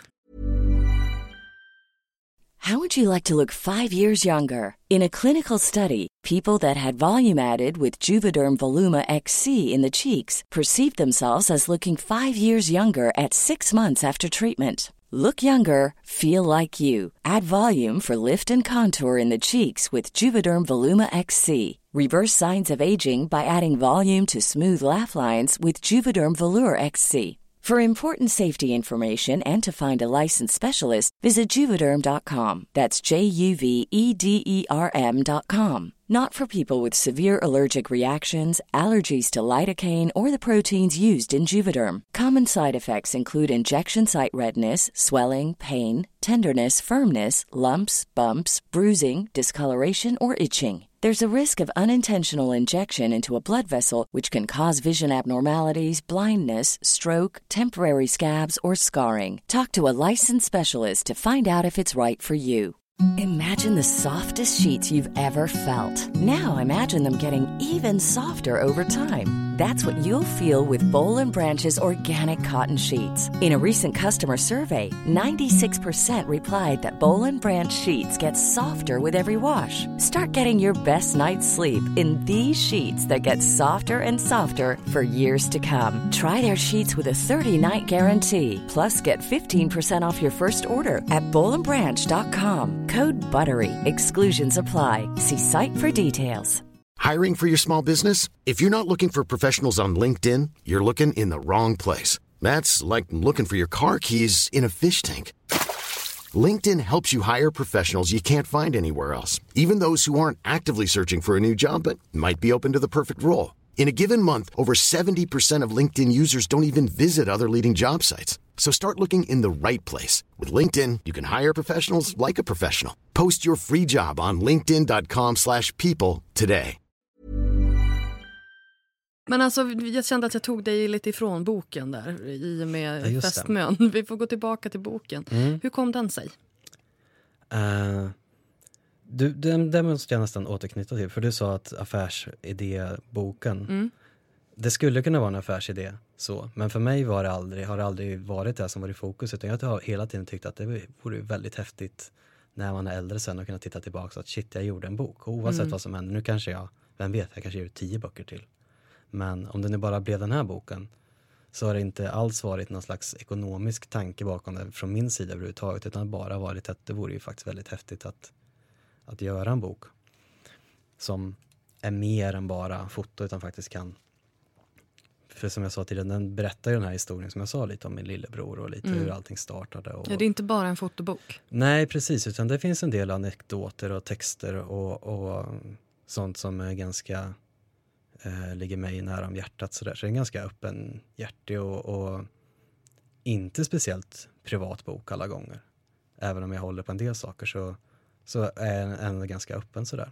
How would you like to look 5 years younger? In a clinical study, people that had volume added with Juvederm Voluma XC in the cheeks perceived themselves as looking 5 years younger at 6 months after treatment. Look younger, feel like you. Add volume for lift and contour in the cheeks with Juvederm Voluma XC. Reverse signs of aging by adding volume to smooth laugh lines with Juvederm Volure XC. For important safety information and to find a licensed specialist, visit Juvederm.com. That's JUVEDERM.com. Not for people with severe allergic reactions, allergies to lidocaine, or the proteins used in Juvederm. Common side effects include injection site redness, swelling, pain, tenderness, firmness, lumps, bumps, bruising, discoloration, or itching. There's a risk of unintentional injection into a blood vessel, which can cause vision abnormalities, blindness, stroke, temporary scabs, or scarring. Talk to a licensed specialist to find out if it's right for you. Imagine the softest sheets you've ever felt. Now imagine them getting even softer over time. That's what you'll feel with Boll & Branch's organic cotton sheets. In a recent customer survey, 96% replied that Boll & Branch sheets get softer with every wash. Start getting your best night's sleep in these sheets that get softer and softer for years to come. Try their sheets with a 30-night guarantee. Plus, get 15% off your first order at bollandbranch.com. Code BUTTERY. Exclusions apply. See site for details. Hiring for your small business? If you're not looking for professionals on LinkedIn, you're looking in the wrong place. That's like looking for your car keys in a fish tank. LinkedIn helps you hire professionals you can't find anywhere else, even those who aren't actively searching for a new job but might be open to the perfect role. In a given month, over 70% of LinkedIn users don't even visit other leading job sites. So start looking in the right place. With LinkedIn, you can hire professionals like a professional. Post your free job on linkedin.com/people today. Men alltså, jag kände att jag tog dig lite ifrån boken där i och med fästmön. Vi får gå tillbaka till boken. Hur kom den sig? Det måste jag nästan återknyta till. För du sa att affärsidéboken, det skulle kunna vara en affärsidé så. Men för mig har det aldrig varit det som var i fokus. Utan jag har hela tiden tyckt att det vore väldigt häftigt när man är äldre sen och kunna titta tillbaka att shit, jag gjorde en bok. Och oavsett vad som händer, nu kanske vem vet, jag kanske gör 10 böcker till. Men om det nu bara blev den här boken så har det inte alls varit någon slags ekonomisk tanke bakom det från min sida överhuvudtaget. Utan bara varit att det vore ju faktiskt väldigt häftigt att göra en bok som är mer än bara foto utan faktiskt kan. För som jag sa tidigare, den berättar ju den här historien som jag sa lite om min lillebror och lite hur allting startade. Och... Ja, det är inte bara en fotobok. Nej, precis. Utan det finns en del anekdoter och texter och sånt som är ganska ligger mig nära om hjärtat. Så det är en ganska öppen hjärtig och inte speciellt privat bok alla gånger. Även om jag håller på en del saker så är den ganska öppen sådär.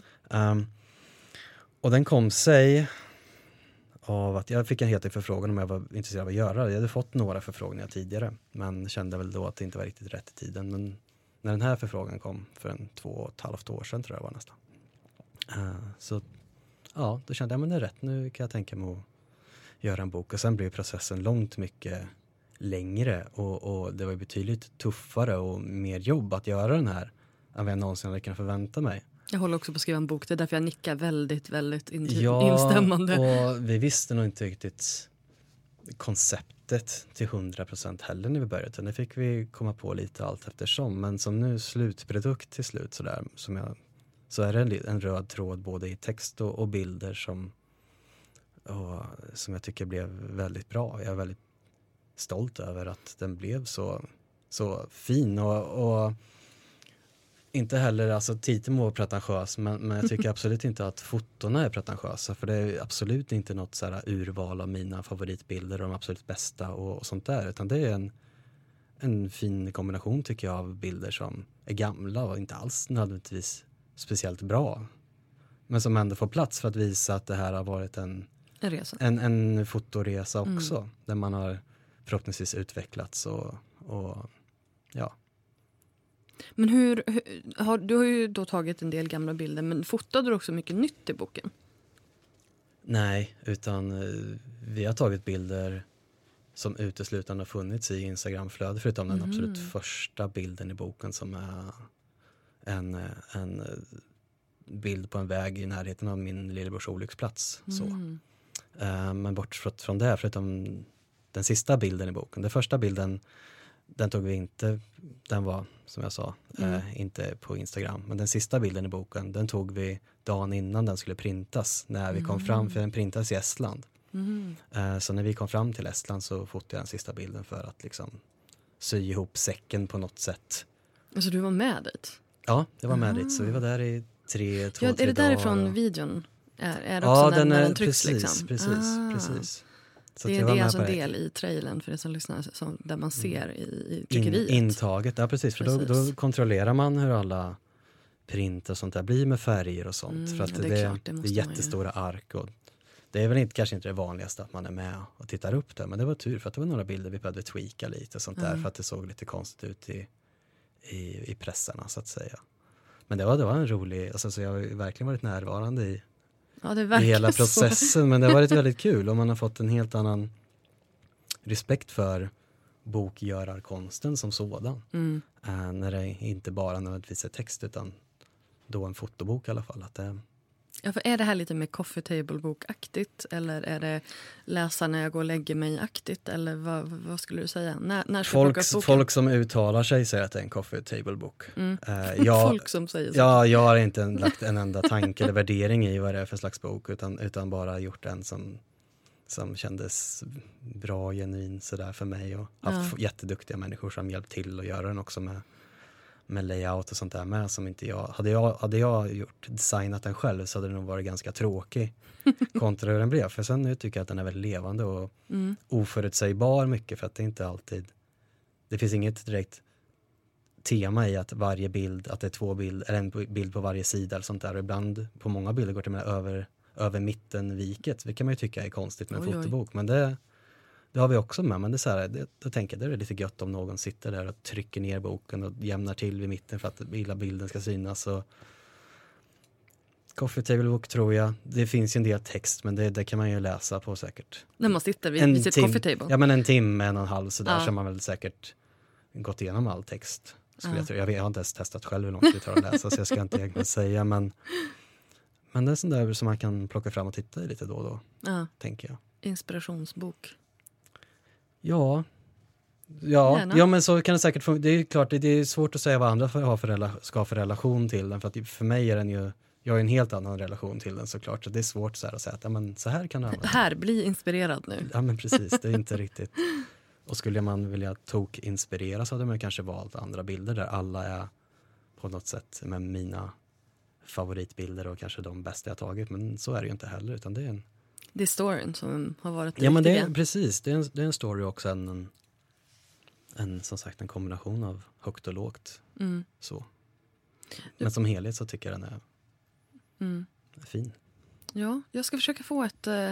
Och den kom sig av att jag fick en helt förfrågan om jag var intresserad av att göra det. Jag hade fått några förfrågningar tidigare men kände väl då att det inte var riktigt rätt i tiden. Men när den här förfrågan kom för 2,5 år sedan tror jag var nästan. Så ja, då kände jag men det är rätt. Nu kan jag tänka mig att göra en bok. Och sen blev processen långt mycket längre och det var betydligt tuffare och mer jobb att göra den här än vad jag någonsin hade kunnat förvänta mig. Jag håller också på att skriva en bok, det är därför jag nickar väldigt, väldigt instämmande. Och vi visste nog inte riktigt konceptet till 100% heller när vi började. Det fick vi komma på lite allt eftersom. Men som nu slutprodukt till slut så är det en röd tråd både i text och bilder som jag tycker blev väldigt bra. Jag är väldigt stolt över att den blev så fin och inte heller, alltså titeln var pretentiös men jag tycker absolut inte att fotona är pretentiösa för det är absolut inte något så här urval av mina favoritbilder och de absolut bästa och sånt där utan det är en fin kombination tycker jag av bilder som är gamla och inte alls nödvändigtvis speciellt bra men som ändå får plats för att visa att det här har varit en resa. En fotoresa också där man har förhoppningsvis utvecklats och ja. Men du har ju då tagit en del gamla bilder men fotade du också mycket nytt i boken? Nej, utan vi har tagit bilder som uteslutande har funnits i Instagramflödet förutom den absolut första bilden i boken som är en bild på en väg i närheten av min lillebrors olycksplats. Men bortsett från det, förutom den sista bilden i boken. Den första bilden, den tog vi inte, den var som jag sa, inte på Instagram. Men den sista bilden i boken, den tog vi dagen innan den skulle printas. När vi kom fram, för den printas i Estland. Så när vi kom fram till Estland så fotade jag den sista bilden för att liksom sy ihop säcken på något sätt. Alltså du var med dit? Ja, jag var med dit. Så vi var där i 3 dagar. Är det därifrån videon? Är det också när den trycks precis, liksom? Precis. Så det är alltså en del i trailern för det som lyssnar där man ser i tryckeriet. Intaget, ja precis. För då kontrollerar man hur alla print och sånt där blir med färger och sånt. För att det är jättestora ark och det är väl kanske inte det vanligaste att man är med och tittar upp det. Men det var tur för att det var några bilder vi behövde tweaka lite och sånt där för att det såg lite konstigt ut i pressarna så att säga. Men det var en rolig, alltså, så jag har verkligen varit närvarande i hela processen. Men det har varit väldigt kul och man har fått en helt annan respekt för bokgörarkonsten som sådan. När det inte bara nödvändigtvis är text utan då en fotobok i alla fall. Ja, för är det här lite mer coffee table-bokaktigt eller är det läsa när jag går och lägger mig-aktigt eller vad skulle du säga? När folk som uttalar sig säger att det är en coffee table-bok. Folk som säger så. Ja, jag har inte lagt en enda tanke eller värdering i vad det är för slags bok utan bara gjort en som som kändes bra, genuin sådär för mig, och haft jätteduktiga människor som hjälpt till att göra den också med layout och sånt där med, som inte jag hade jag designat den själv så hade den nog varit ganska tråkig kontra hur den blev, för sen nu tycker jag att den är väldigt levande och oförutsägbar mycket, för att det är inte alltid, det finns inget direkt tema i att varje bild, att det är 2 bilder eller en bild på varje sida eller sånt där, och ibland på många bilder går det med över mittenviket, det kan man ju tycka är konstigt med en fotobok, men det har vi också med, men det är så här, då tänker jag det är lite gött om någon sitter där och trycker ner boken och jämnar till vid mitten för att hela bilden ska synas. Och Coffee Table Book tror jag, det finns ju en del text, men det kan man ju läsa på säkert. När man sitter vid sitt coffee table? Ja, men 1 timme, 1,5 sådär, så har man väl säkert gått igenom all text. Jag har inte ens testat själv hur långt det tar att läsa, så jag ska inte egentligen säga, men det är sånt där som man kan plocka fram och titta i lite då och då, tänker jag. Inspirationsbok. Ja, men så kan det säkert funka. Det är klart, det är svårt att säga vad andra ska ha för relation till den, för att för mig är den ju, jag har en helt annan relation till den såklart, så det är svårt så här att säga att men så här kan det använda. Här, bli inspirerad nu. Ja, men precis, det är inte riktigt. Och skulle man vilja inspirera så hade man kanske valt andra bilder där alla är på något sätt med mina favoritbilder och kanske de bästa jag tagit, men så är det ju inte heller, utan det är storyn som har varit men det är precis, det är en story också, en som sagt en kombination av högt och lågt. Så. Men som helhet så tycker jag den är fin. Ja, jag ska försöka få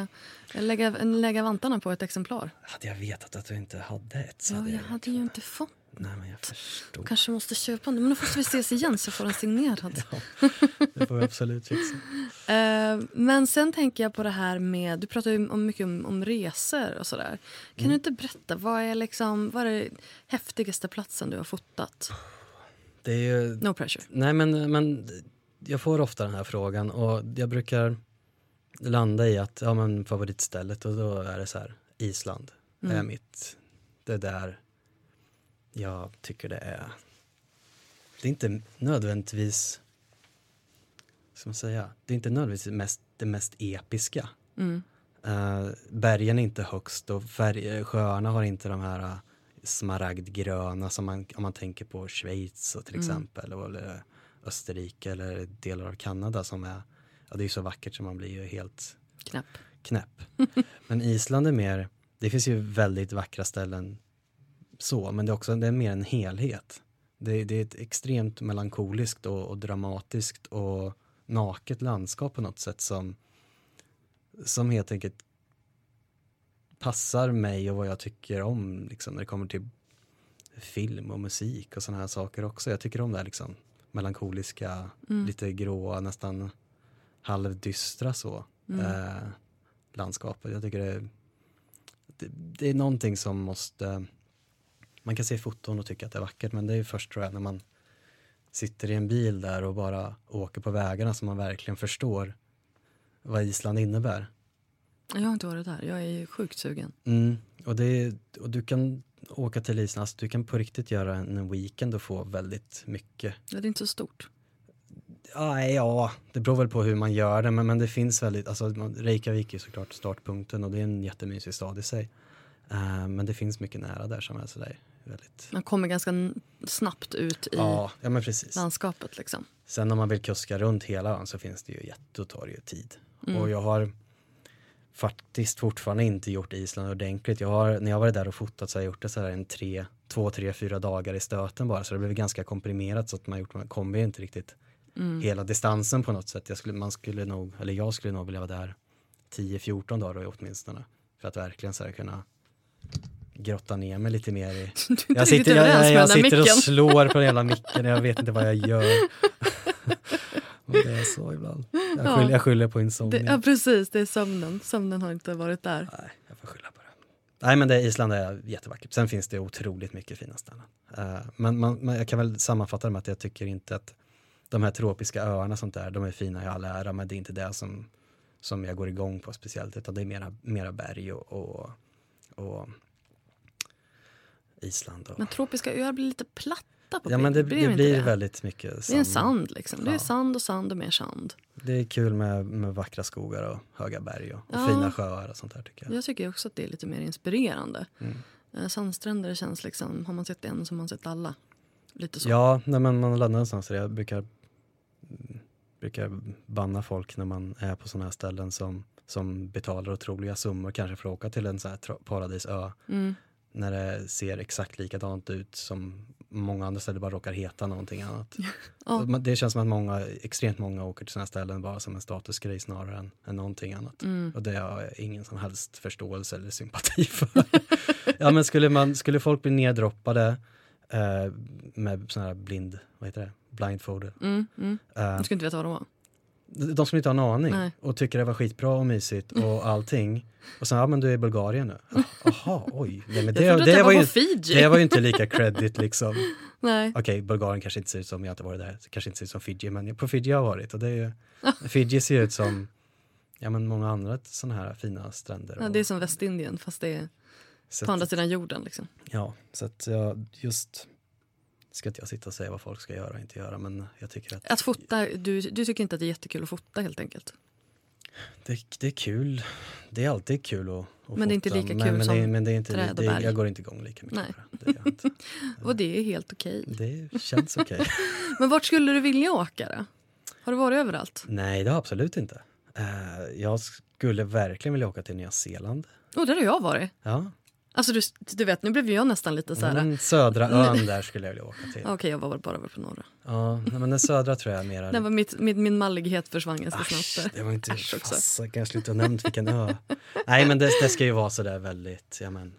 lägga vantarna på ett exemplar. Hade jag vetat att du inte hade ett så jag hade ju inte fått. Nej, men jag förstår. Kanske måste köpa den, men då måste vi ses igen så får den signerad. Ja, det får vi absolut fixa. Men sen tänker jag på det här med, du pratar ju mycket om resor och sådär. Kan du inte berätta, vad är det häftigaste platsen du har fotat? Det är ju... No pressure. Nej, men jag får ofta den här frågan, och jag brukar landa i att favoritstället, och då är det så här, Island är mitt, det där jag tycker det är inte nödvändigtvis, ska man säga, det är inte nödvändigtvis det mest episka. Bergen är inte högst, och sjöarna har inte de här smaragdgröna som om man tänker på Schweiz och till exempel, eller Österrike eller delar av Kanada som är, det är så vackert som man blir ju helt knäpp. Men Island är mer, det finns ju väldigt vackra ställen så, men det är mer en helhet. Det är ett extremt melankoliskt och dramatiskt och naket landskap på något sätt som helt enkelt passar mig och vad jag tycker om liksom, när det kommer till film och musik och såna här saker också. Jag tycker om det här liksom melankoliska, lite gråa, nästan halvdystra så landskapet. Jag tycker det är någonting som måste, man kan se foton och tycka att det är vackert, men det är först tror jag när man sitter i en bil där och bara åker på vägarna som man verkligen förstår vad Island innebär. Jag har inte varit där, jag är ju sjukt sugen. Och du kan åka till Island, alltså du kan på riktigt göra en weekend och få väldigt mycket. Det är inte så stort. Ja, det beror väl på hur man gör det, men det finns väldigt, alltså Reykjavik är såklart startpunkten och det är en jättemysig stad i sig. Men det finns mycket nära där som är sådär väldigt... Man kommer ganska snabbt ut i men precis. Landskapet liksom. Sen om man vill kuska runt hela ön så finns det ju tar ju tid. Och jag har faktiskt fortfarande inte gjort Island ordentligt. När jag var där och fotat så har jag gjort det så här 2, 3, 4 dagar i stöten bara. Så det blev ganska komprimerat så att man kommer inte riktigt hela distansen på något sätt. Jag skulle nog vilja vara där 10-14 dagar då, åtminstone. För att verkligen så här kunna grotta ner mig lite mer i... Jag sitter och slår på hela micken. Jag vet inte vad jag gör. Och det är så ibland. Jag skyller på insomning. Ja, precis. Det är sömnen. Sömnen har inte varit där. Nej, jag får skylla på det. Nej, men Island är jättevackert. Sen finns det otroligt mycket fina ställen. Men jag kan väl sammanfatta det med att jag tycker inte att de här tropiska öarna sånt där, de är fina i all ära, men det är inte det som jag går igång på speciellt. Utan det är mera berg och Island. Men tropiska öar blir lite platta yta på Ja, men det blir väldigt mycket sand. Det är en sand liksom. Ja. Det är sand och sand och mer sand. Det är kul med vackra skogar och höga berg och fina sjöar och sånt där tycker jag. Jag tycker också att det är lite mer inspirerande. Sandstränder känns liksom, har man sett en så har man sett alla. Lite så. Ja, när man landar någonstans. Jag brukar banna folk när man är på sådana här ställen som betalar otroliga summor kanske för att åka till en sån här paradisö. När det ser exakt likadant ut som många andra ställen bara råkar heta någonting annat. Det känns som att extremt många åker till sådana här ställen bara som en statusgrej snarare än någonting annat. Och det har jag ingen som helst förståelse eller sympati för. Ja, men skulle folk bli neddroppade med sån här blindfolded. De skulle inte veta vad de var. De skulle inte ha en aning. Nej. Och tycker det var skitbra och mysigt och allting. Och sen, men du är i Bulgarien nu. Jaha, oj. Nej, men det var ju inte lika credit liksom. Nej. Okej, Bulgarien kanske inte ser ut som, jag har inte varit där. Kanske inte ser ut som Fiji, men på Fiji har jag varit. Och det är ju, Fiji ser ut som men många andra sådana här fina stränder. Ja, det är som Västindien fast det är på andra sidan jorden liksom. Ja, så att jag just... Ska inte jag sitta och säga vad folk ska göra och inte göra, men jag tycker att... Att fota, du tycker inte att det är jättekul att fota helt enkelt? Det är kul. Det är alltid kul att fota. Men det är inte lika kul som men det är inte, träd och berg. jag går inte igång lika mycket. Nej. Det gör jag inte. Och det är helt okej. Det känns okej. Men vart skulle du vilja åka då? Har du varit överallt? Nej, det har absolut inte. Jag skulle verkligen vilja åka till Nya Zeeland. Där har jag varit. Ja. Alltså du vet, nu blev jag nästan lite så här... Södra ön där skulle jag vilja åka till. Okej, jag var bara på norra. Ja, men den södra tror jag är mera... Det var min mallighet försvann ganska snabbt. Det var inte fassa, kan jag sluta nämna vilken ö. Nej, men det ska ju vara så där väldigt...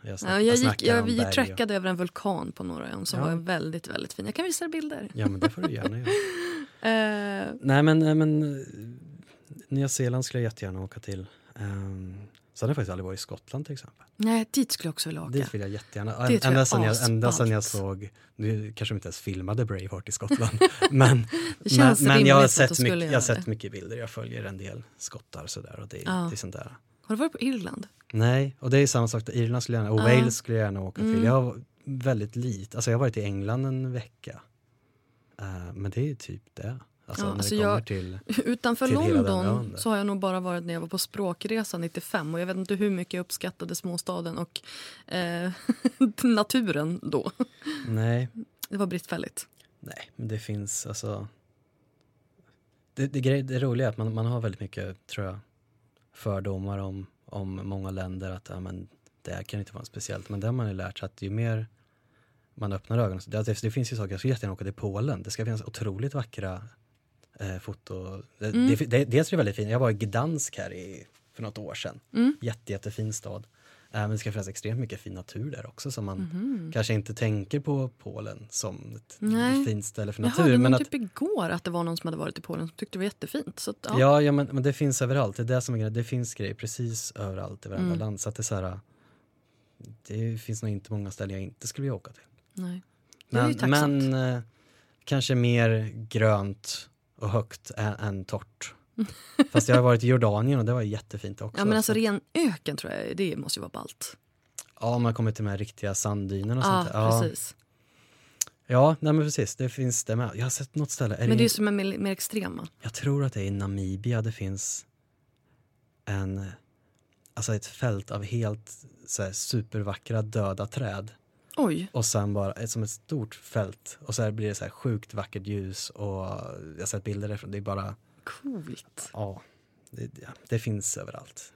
Vi träckade över en vulkan på norra ön som var väldigt, väldigt fin. Jag kan visa bilder. Ja, men det får du gärna göra. Nej, men Nya Zeeland skulle jag jättegärna åka till. Så hade jag faktiskt aldrig varit i Skottland till exempel. Nej, dit skulle jag också vilja åka. Dit vill jag jättegärna. Ända sedan jag såg, nu kanske de inte ens filmade Braveheart i Skottland. men jag har sett mycket bilder. Jag följer en del skottar sådär. Och det är sånt där. Har du varit på Irland? Nej, och det är samma sak. Irland skulle jag gärna, och Wales skulle jag gärna åka till. Jag har väldigt lite. Alltså jag har varit i England en vecka. Men det är ju typ det. Utanför London så har jag nog bara varit när jag var på språkresa 95 och jag vet inte hur mycket jag uppskattade småstaden och naturen då. Nej. Det var bristfälligt. Nej, men det finns alltså det roliga är att man har väldigt mycket, tror jag, fördomar om många länder att det kan inte vara speciellt, men det har man ju lärt sig att ju mer man öppnar ögonen. Det finns ju saker, jag skulle jättegärna åka till Polen. Det ska finnas otroligt vackra foto. Dels är det väldigt fint. Jag var i Gdansk här för något år sedan. Jättefin stad. Men det ska finnas extremt mycket fin natur där också som man kanske inte tänker på Polen som ett fint ställe för natur. Jag hörde typ igår att det var någon som hade varit i Polen som tyckte det var jättefint. Så att, ja, men det finns överallt. Det är det som är grejen. Det finns grejer precis överallt i varenda land. Så att det är så här, det finns nog inte många ställen jag inte skulle vilja åka till. Nej. Det är ju tacksamt. Men kanske mer grönt och högt än torrt. Fast jag har varit i Jordanien och det var jättefint också. Ja, men alltså ren öken tror jag, det måste ju vara ballt. Ja, man kommer till de här riktiga sanddynerna och sånt där. Ja, precis. Ja, nej men precis, det finns det med. Jag har sett något ställe. Men det är ju som är mer extrema. Jag tror att det är i Namibia det finns ett fält av helt så här, supervackra döda träd. Oj. Och sen bara som ett stort fält. Och så här blir det så här sjukt vackert ljus. Och jag har sett bilder därifrån. Det är bara... Coolt. Ja, det finns överallt.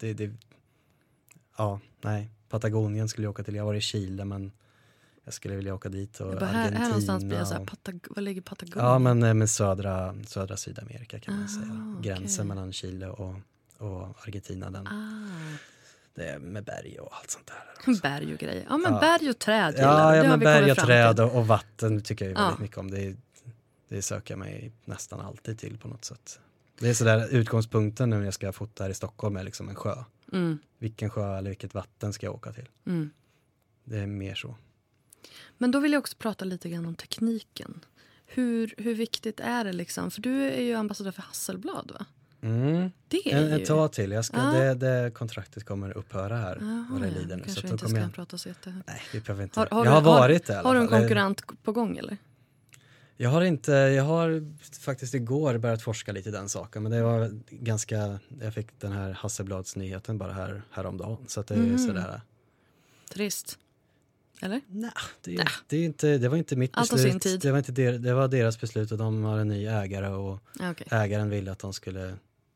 Ja. Patagonien skulle jag åka till. Jag var i Chile, men jag skulle vilja åka dit. Och här någonstans blir jag så här, vad ligger Patagonien? Ja, men södra Sydamerika kan man säga. Gränsen mellan Chile och Argentina. Det är med berg och allt sånt där. Också. Berg och grejer. Ja, men berg och träd. Men berg och träd och vatten tycker jag väldigt mycket om. Det söker jag mig nästan alltid till på något sätt. Det är sådär utgångspunkten nu när jag ska fota här i Stockholm är liksom en sjö. Vilken sjö eller vilket vatten ska jag åka till? Det är mer så. Men då vill jag också prata lite grann om tekniken. Hur viktigt är det liksom? För du är ju ambassadör för Hasselblad, va? Det är ett tag till. Det kontraktet kommer upphöra här. Vad det lider nu. Kanske så att inte då kommer ska prata så jätte... Nej, vi behöver inte. Jag har varit det. Har du en konkurrent på gång eller? Jag har faktiskt igår börjat forska lite i den saken. Men det var jag fick den här Hasselblads nyheten bara häromdagen. Så att det är sådär. Trist. Eller? Nej, det var inte mitt beslut. Allt sin tid. Det var deras beslut och de har en ny ägare och ägaren ville att de skulle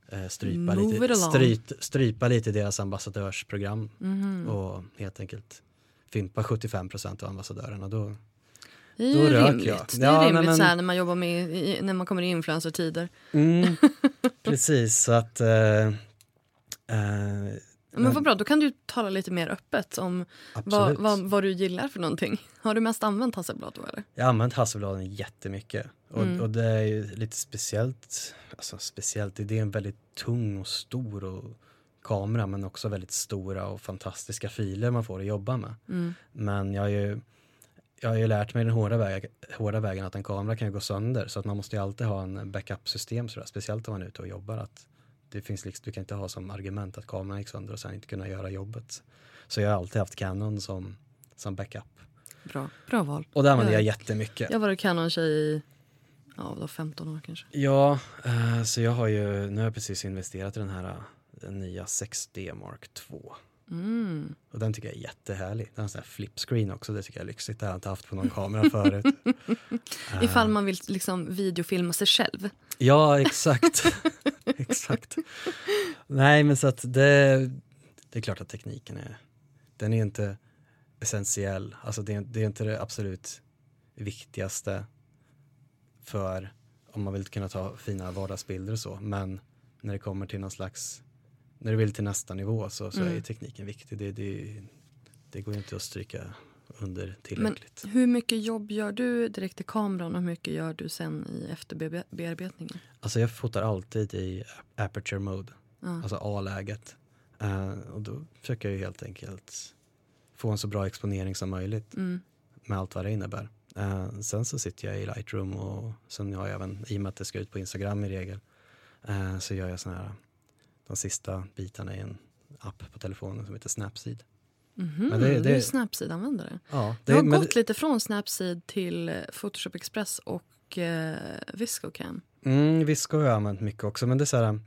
strypa lite deras ambassadörsprogram och helt enkelt fimpa 75% av ambassadörerna. Då rök jag. Det är rimligt så här när man jobbar med när man kommer i influencer-tider. Precis, så att men vad bra, då kan du tala lite mer öppet om vad du gillar för någonting. Har du mest använt Hasselblad då eller? Jag har använt Hasselbladen jättemycket. Och det är ju lite speciellt. Alltså speciellt, det är en väldigt tung och stor kamera men också väldigt stora och fantastiska filer man får att jobba med. Men jag har ju lärt mig den hårda vägen att en kamera kan ju gå sönder. Så att man måste ju alltid ha en backup-system speciellt om man är ute och jobbar. Att det finns du kan inte ha som argument att kameran gick sönder och sen inte kunna göra jobbet. Så jag har alltid haft Canon som backup. Bra val. Och det använder jag jättemycket. Jag var Canon-tjej i 15 år kanske. Ja, så nu har jag precis investerat i den nya 6D Mark II. Och den tycker jag är jättehärlig. Den har en sån här flipscreen också, det tycker jag är lyxigt. Det har jag inte haft på någon kamera förut. Ifall man vill liksom videofilma sig själv. Ja, exakt. Exakt. Nej, men så att det är klart att tekniken den är inte essentiell. Alltså det är inte det absolut viktigaste för om man vill kunna ta fina vardagsbilder och så. Men när det kommer till någon slags, när du vill till nästa nivå så är tekniken viktig. Det går inte att stryka under tillräckligt. Men hur mycket jobb gör du direkt i kameran och hur mycket gör du sen i efterbearbetningen? Alltså jag fotar alltid i aperture mode. Alltså A-läget. Och då försöker jag ju helt enkelt få en så bra exponering som möjligt med allt vad det innebär. Sen så sitter jag i Lightroom och sen har jag även, i och med att det ska ut på Instagram i regel, så gör jag såna här, de sista bitarna i en app på telefonen som heter Snapseed. Men det är Snapseed-användare. Ja, jag har gått lite från Snapseed till Photoshop Express och ViscoCam. Visco har jag använt mycket också, men det är så här,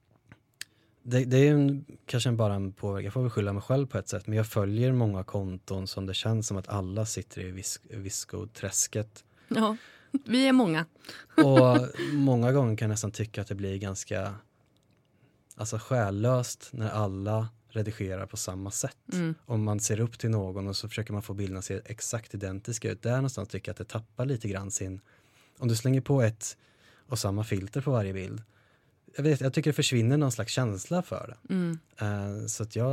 det är kanske bara en påverkan. Jag får väl skylla mig själv på ett sätt, men jag följer många konton som det känns som att alla sitter i Visco-träsket. Ja, vi är många. Och många gånger kan jag nästan tycka att det blir ganska själlöst när alla redigerar på samma sätt. Om man ser upp till någon och så försöker man få bilderna att se exakt identiska ut. Där någonstans tycker jag att det tappar lite grann sin... Om du slänger på ett och samma filter på varje bild. Jag tycker det försvinner någon slags känsla för det. Så att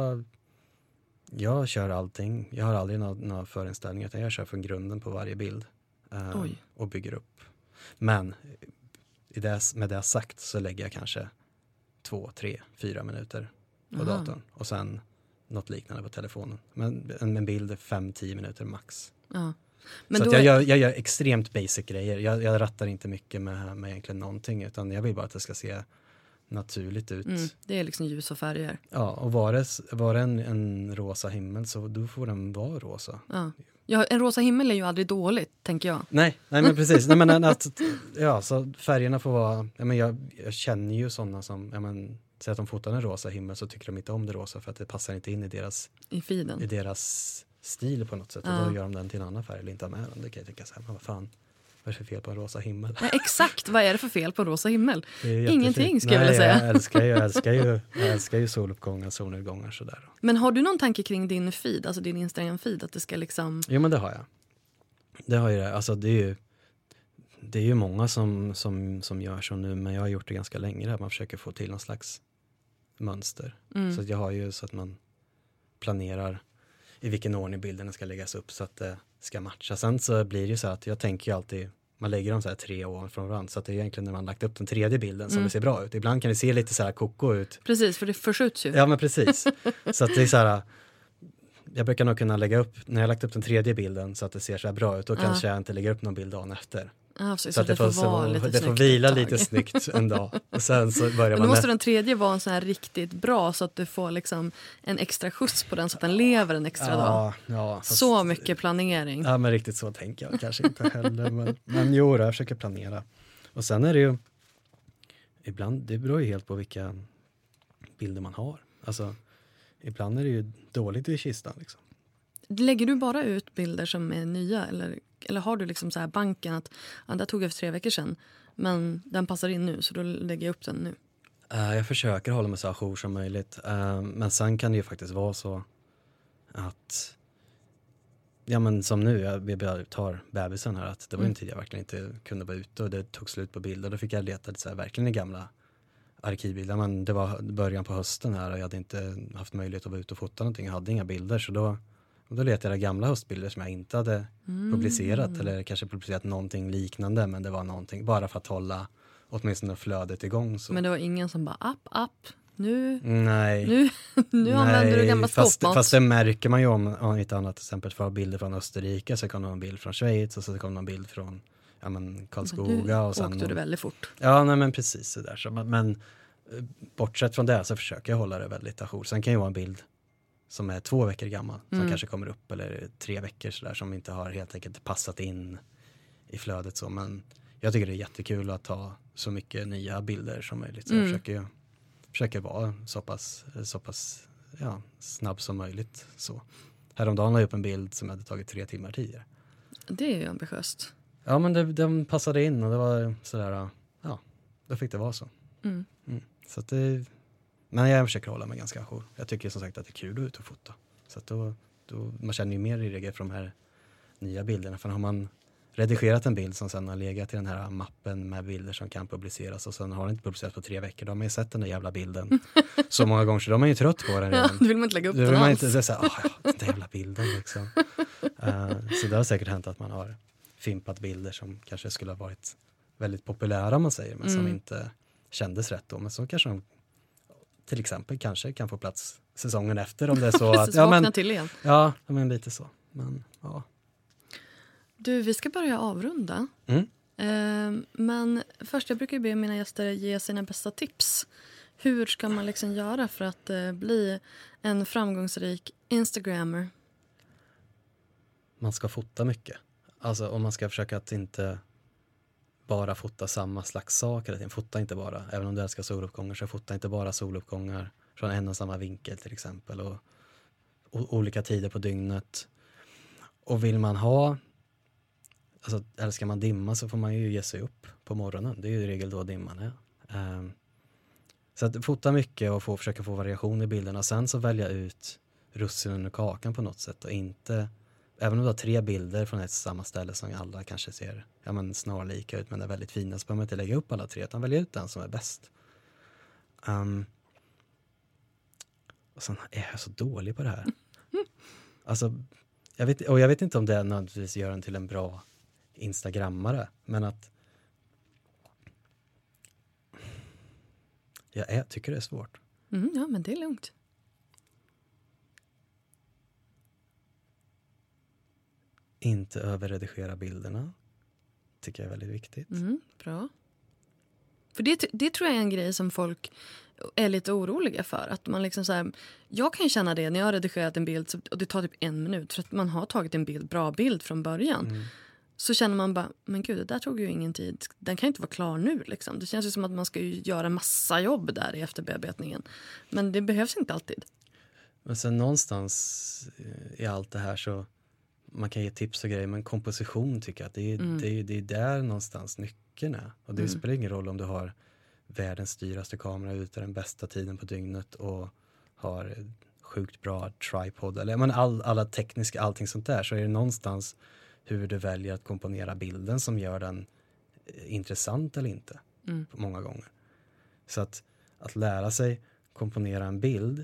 jag kör allting. Jag har aldrig några förinställningar utan jag kör från grunden på varje bild. Och bygger upp. Men med det sagt så lägger jag kanske 2, 3, 4 minuter på datorn. Och sen något liknande på telefonen. Men en bild är 5-10 minuter max. Ja. Men så att jag gör extremt basic grejer. Jag rattar inte mycket med egentligen någonting. Utan jag vill bara att det ska se naturligt ut. Det är liksom ljus och färger. Ja, och var det en rosa himmel så då får den vara rosa. Ja, en rosa himmel är ju aldrig dåligt, tänker jag. Nej men precis. Nej, men så färgerna får vara... Jag känner ju sådana som... Säg att de fotar en rosa himmel så tycker de inte om det rosa för att det passar inte in i deras stil på något sätt. Och då gör de den till en annan färg eller inte har med den. Det kan jag tänka så här, men vad fan, vad är det för fel på en rosa himmel? Ja, exakt, vad är det för fel på en rosa himmel? Ingenting skulle jag vilja säga. Jag älskar ju soluppgångar, solnedgångar sådär. Men har du någon tanke kring din feed, alltså din Instagram-feed, att det ska liksom... Jo, men det har jag. Det har ju det. Alltså det är ju många som gör så nu, men jag har gjort det ganska länge där man försöker få till någon slags mönster. Så att jag har ju så att man planerar i vilken ordning bilderna ska läggas upp så att det ska matcha. Sen så blir det ju så att jag tänker ju alltid, man lägger dem så här 3 år från varandra, så att det är egentligen när man lagt upp den tredje bilden som det ser bra ut. Ibland kan det se lite så här koko ut. Precis, för det förskjuts ju. Ja, men precis. Så att det är så här, jag brukar nog kunna lägga upp, när jag lagt upp den tredje bilden så att det ser så här bra ut, då kanske jag inte lägger upp någon bild dagen efter. Så att det får vara lite det får vila lite snyggt en dag. Och sen så börjar man... Då måste den tredje vara en sån här riktigt bra så att du får liksom en extra skjuts på den så att den lever en extra dag. Ja, så mycket planering. Ja, men riktigt så tänker jag kanske inte heller. Men jo, jag försöker planera. Och sen är det ju ibland, det beror ju helt på vilka bilder man har. Alltså, ibland är det ju dåligt i kistan liksom. Lägger du bara ut bilder som är nya eller har du liksom så här banken att där tog jag för 3 veckor sedan men den passar in nu så då lägger jag upp den nu? Jag försöker hålla mig så ajour som möjligt. Men sen kan det ju faktiskt vara så att men som nu, jag tar bebisen här, att det var en tid jag verkligen inte kunde vara ute och det tog slut på bilder. Då fick jag leta så här, verkligen i gamla arkivbilder. Men det var början på hösten här och jag hade inte haft möjlighet att vara ute och fota någonting. Jag hade inga bilder så då letade jag gamla höstbilder som jag inte hade publicerat eller kanske publicerat någonting liknande, men det var någonting bara för att hålla åtminstone flödet igång. Så. Men det var ingen som bara app, nu använder du gamla skåpmat. Fast det märker man ju om inte annat, till exempel för bilder från Österrike så kom det en bild från Schweiz och så kom det en bild från Karlskoga. Och sen åkte du väldigt fort. Ja, nej men precis så där. Så, men bortsett från det så försöker jag hålla det väldigt ajour. Sen kan ju vara en bild som är 2 veckor gammal som kanske kommer upp eller 3 veckor så där, som inte har helt enkelt passat in i flödet så, men jag tycker det är jättekul att ta så mycket nya bilder som möjligt så jag försöker vara så pass snabb som möjligt så. Häromdagen la jag upp en bild som hade tagit 3 timmar tidigare. Det är ju ambitiöst. Ja, men den passade in och det var sådär, då fick det vara så. Så att det... Men jag försöker hålla mig ganska ajour. Jag tycker som sagt att det är kul att ut och fota. Så att då man känner ju mer i regel från de här nya bilderna. För har man redigerat en bild som sen har legat i den här mappen med bilder som kan publiceras och sen har den inte publicerats på 3 veckor, då har man ju sett den där jävla bilden så många gånger så då är man ju trött på den redan. Ja, då vill man inte lägga upp den alls. Då vill man inte säga den där jävla bilden liksom. Så det har säkert hänt att man har fimpat bilder som kanske skulle ha varit väldigt populära man säger, men som inte kändes rätt då. Men så kanske de till exempel kanske kan få plats säsongen efter om det är så att till igen. Ja, men lite så. Men ja. Du, vi ska börja avrunda. Men först, jag brukar be mina gäster ge sina bästa tips. Hur ska man liksom göra för att bli en framgångsrik Instagrammer? Man ska fota mycket. Alltså om man ska försöka att inte bara fota samma slags saker. Fota inte bara, även om du älskar soluppgångar så fota inte bara soluppgångar från en och samma vinkel till exempel. Och olika tider på dygnet. Och vill man ha, alltså älskar man dimma så får man ju ge sig upp på morgonen. Det är ju i regel då dimman är. Så att fota mycket och försöka få variation i bilderna. Sen så välja ut russinen ur kakan på något sätt och inte... Även om du har 3 bilder från ett samma ställe som alla kanske ser snarlika ut men är väldigt fina så behöver man inte lägga upp alla 3 utan välja ut den som är bäst. Och sen är jag så dålig på det här. Alltså, jag vet inte om det nödvändigtvis gör den till en bra instagrammare, men att jag tycker det är svårt. Ja, men det är lugnt. Inte överredigera bilderna. Tycker jag är väldigt viktigt. Bra. För det tror jag är en grej som folk är lite oroliga för. Att man liksom så här, jag kan känna det när jag har redigerat en bild och det tar typ 1 minut. För att man har tagit en bra bild från början. Så känner man bara, men gud, det där tog ju ingen tid. Den kan inte vara klar nu liksom. Det känns ju som att man ska ju göra massa jobb där i efterbearbetningen. Men det behövs inte alltid. Men sen någonstans i allt det här så man kan ge tips och grejer, men komposition tycker jag att det är där någonstans nyckeln är. Och det spelar ingen roll om du har världens dyraste kamera ute den bästa tiden på dygnet och har sjukt bra tripod eller alla tekniska, allting sånt där, så är det någonstans hur du väljer att komponera bilden som gör den intressant eller inte många gånger. Så att lära sig komponera en bild,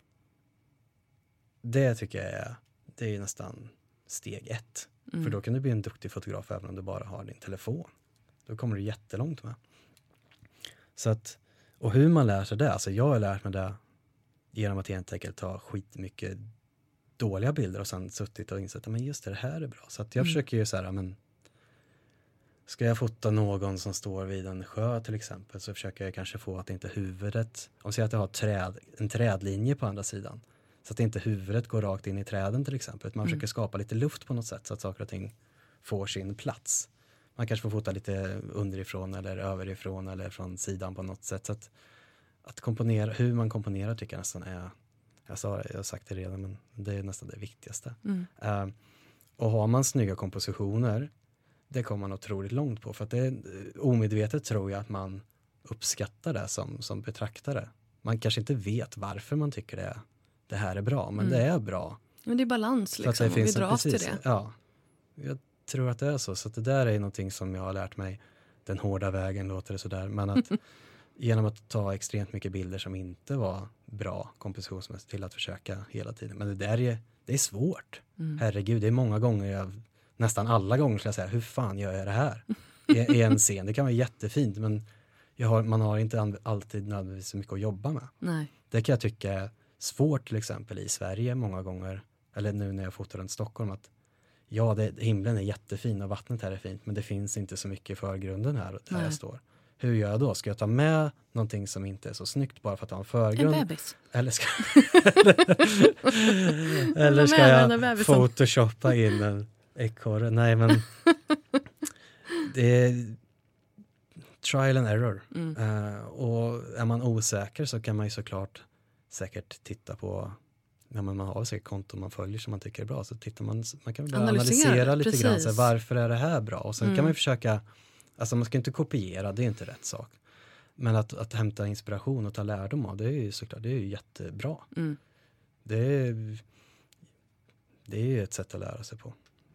det tycker jag det är nästan steg 1. För då kan du bli en duktig fotograf även om du bara har din telefon. Då kommer du jättelångt med. Så att, och hur man lär sig det, alltså jag har lärt mig det genom att helt enkelt ta skitmycket dåliga bilder och sen suttit och insett, men just det här är bra. Så att jag försöker ju så här, men ska jag fota någon som står vid en sjö till exempel, så försöker jag kanske få att inte huvudet, om jag säger att jag har en trädlinje på andra sidan, så att inte huvudet går rakt in i träden till exempel. Man försöker skapa lite luft på något sätt så att saker och ting får sin plats. Man kanske får fota lite underifrån eller överifrån eller från sidan på något sätt. Så att komponera, hur man komponerar tycker jag nästan är, jag har sagt det redan, men det är nästan det viktigaste. Och har man snygga kompositioner, det kommer man otroligt långt på. För att det är omedvetet, tror jag, att man uppskattar det som betraktare. Man kanske inte vet varför man tycker det här är bra, men det är bra. Men det är balans liksom, och vi dras till det. Ja, jag tror att det är så. Så att det där är någonting som jag har lärt mig den hårda vägen, låter det sådär. Men att genom att ta extremt mycket bilder som inte var bra kompositionsmässigt till att försöka hela tiden. Men det är svårt. Herregud, det är många gånger, nästan alla gånger ska jag säga, hur fan gör jag det här? I en scen. Det kan vara jättefint, men man har inte alltid nödvändigtvis så mycket att jobba med. Nej. Det kan jag tycka är svårt till exempel i Sverige många gånger. Eller nu när jag fotar runt Stockholm, att himlen är jättefin och vattnet här är fint, men det finns inte så mycket i förgrunden här där jag står. Hur gör jag då? Ska jag ta med någonting som inte är så snyggt bara för att ha en förgrund? En bebis. Eller ska jag photoshoppa in en ekorre? Nej, men det är trial and error. Och är man osäker så kan man ju säkert titta på, men man har säkert konton man följer som man tycker är bra, så tittar man kan väl analysera lite grann, så varför är det här bra? Och sen kan man ju försöka, alltså man ska inte kopiera, det är inte rätt sak. Men att hämta inspiration och ta lärdom av, det är ju såklart, det är ju jättebra. Det är ju ett sätt att lära sig på.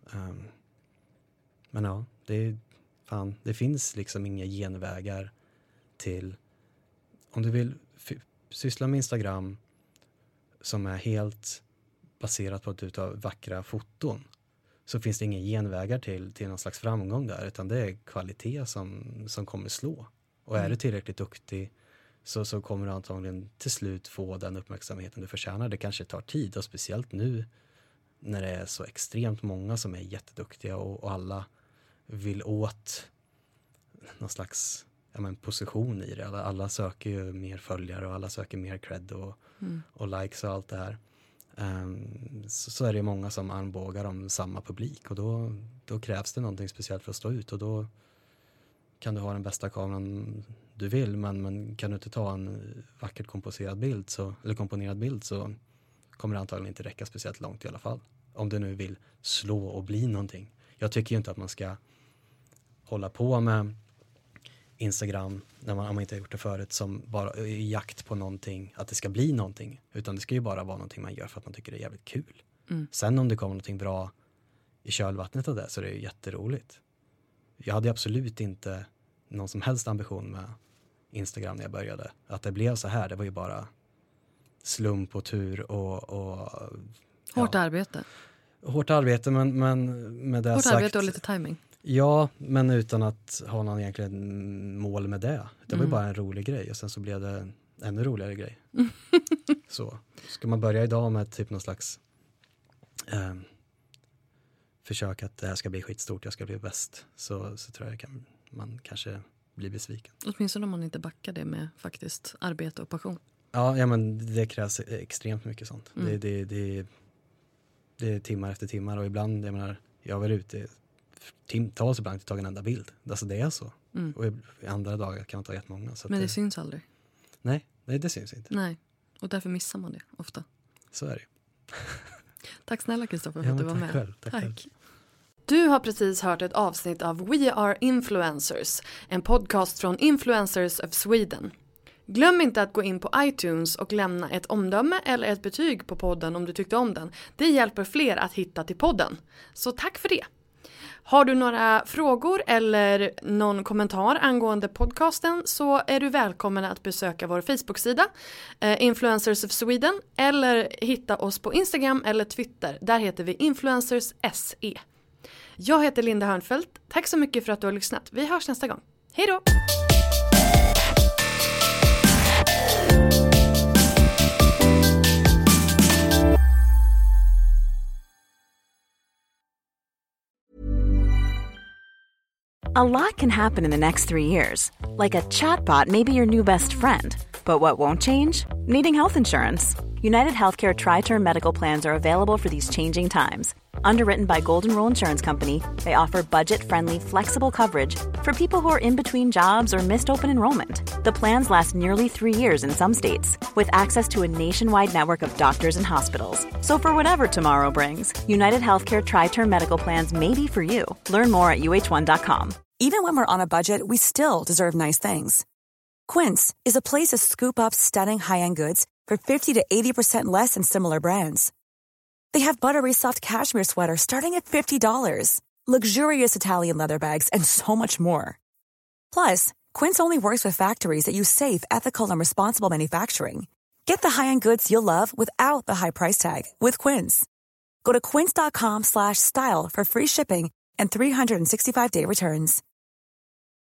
Men ja, det finns liksom inga genvägar till, om du vill syssla med Instagram som är helt baserat på att du tar vackra foton, så finns det inga genvägar till någon slags framgång där, utan det är kvalitet som kommer slå. Och är du tillräckligt duktig så kommer du antagligen till slut få den uppmärksamheten du förtjänar. Det kanske tar tid, och speciellt nu när det är så extremt många som är jätteduktiga och alla vill åt någon slags position i det. Alla söker ju mer följare och alla söker mer cred och likes och allt det här. Så är det många som armbågar om samma publik, och då krävs det någonting speciellt för att stå ut, och då kan du ha den bästa kameran du vill, men kan du inte ta en vackert komponerad bild så kommer det antagligen inte räcka speciellt långt i alla fall. Om du nu vill slå och bli någonting. Jag tycker ju inte att man ska hålla på med Instagram om man inte har gjort det förut som bara i jakt på någonting, att det ska bli någonting, utan det ska ju bara vara någonting man gör för att man tycker det är jävligt kul. Sen om det kommer någonting bra i kölvattnet av det, så är det ju jätteroligt. Jag hade absolut inte någon som helst ambition med Instagram när jag började. Att det blev så här, det var ju bara slump och tur och hårt arbete. Hårt arbete, men med det hårt sagt. Hårt arbete och lite timing. Ja, men utan att ha någon egentligen mål med det. Det var ju bara en rolig grej, och sen så blev det en ännu roligare grej. Så ska man börja idag med typ någon slags försök att det här ska bli skitstort, jag ska bli bäst, så tror jag man kanske blir besviken. Åtminstone om man inte backar det med faktiskt arbete och passion. Ja, men det krävs extremt mycket sånt. Det är timmar efter timmar, och ibland, jag var ute timtals ibland inte tagit en enda bild. Alltså det är så. Och i andra dagar kan man ta jättemånga. Så men det syns aldrig. Nej, det syns inte. Nej, och därför missar man det ofta. Så är det. Tack snälla Kristoffer för att du var med. Själv, tack. Du har precis hört ett avsnitt av We Are Influencers, en podcast från Influencers of Sweden. Glöm inte att gå in på iTunes och lämna ett omdöme eller ett betyg på podden om du tyckte om den. Det hjälper fler att hitta till podden. Så tack för det. Har du några frågor eller någon kommentar angående podcasten, så är du välkommen att besöka vår Facebook-sida Influencers of Sweden, eller hitta oss på Instagram eller Twitter. Där heter vi Influencers SE. Jag heter Linda Hörnfeldt. Tack så mycket för att du har lyssnat. Vi hörs nästa gång. Hej då! A lot can happen in the next 3 years. Like a chatbot may be your new best friend. But what won't change? Needing health insurance. United Healthcare Tri-Term Medical Plans are available for these changing times. Underwritten by Golden Rule Insurance Company, they offer budget-friendly, flexible coverage for people who are in between jobs or missed open enrollment. The plans last nearly 3 years in some states, with access to a nationwide network of doctors and hospitals. So for whatever tomorrow brings, United Healthcare Tri-Term Medical Plans may be for you. Learn more at uh1.com. Even when we're on a budget, we still deserve nice things. Quince is a place to scoop up stunning high-end goods for 50 to 80% less than similar brands. They have buttery soft cashmere sweaters starting at $50, luxurious Italian leather bags, and so much more. Plus, Quince only works with factories that use safe, ethical, and responsible manufacturing. Get the high-end goods you'll love without the high price tag with Quince. Go to quince.com/style for free shipping and 365-day returns.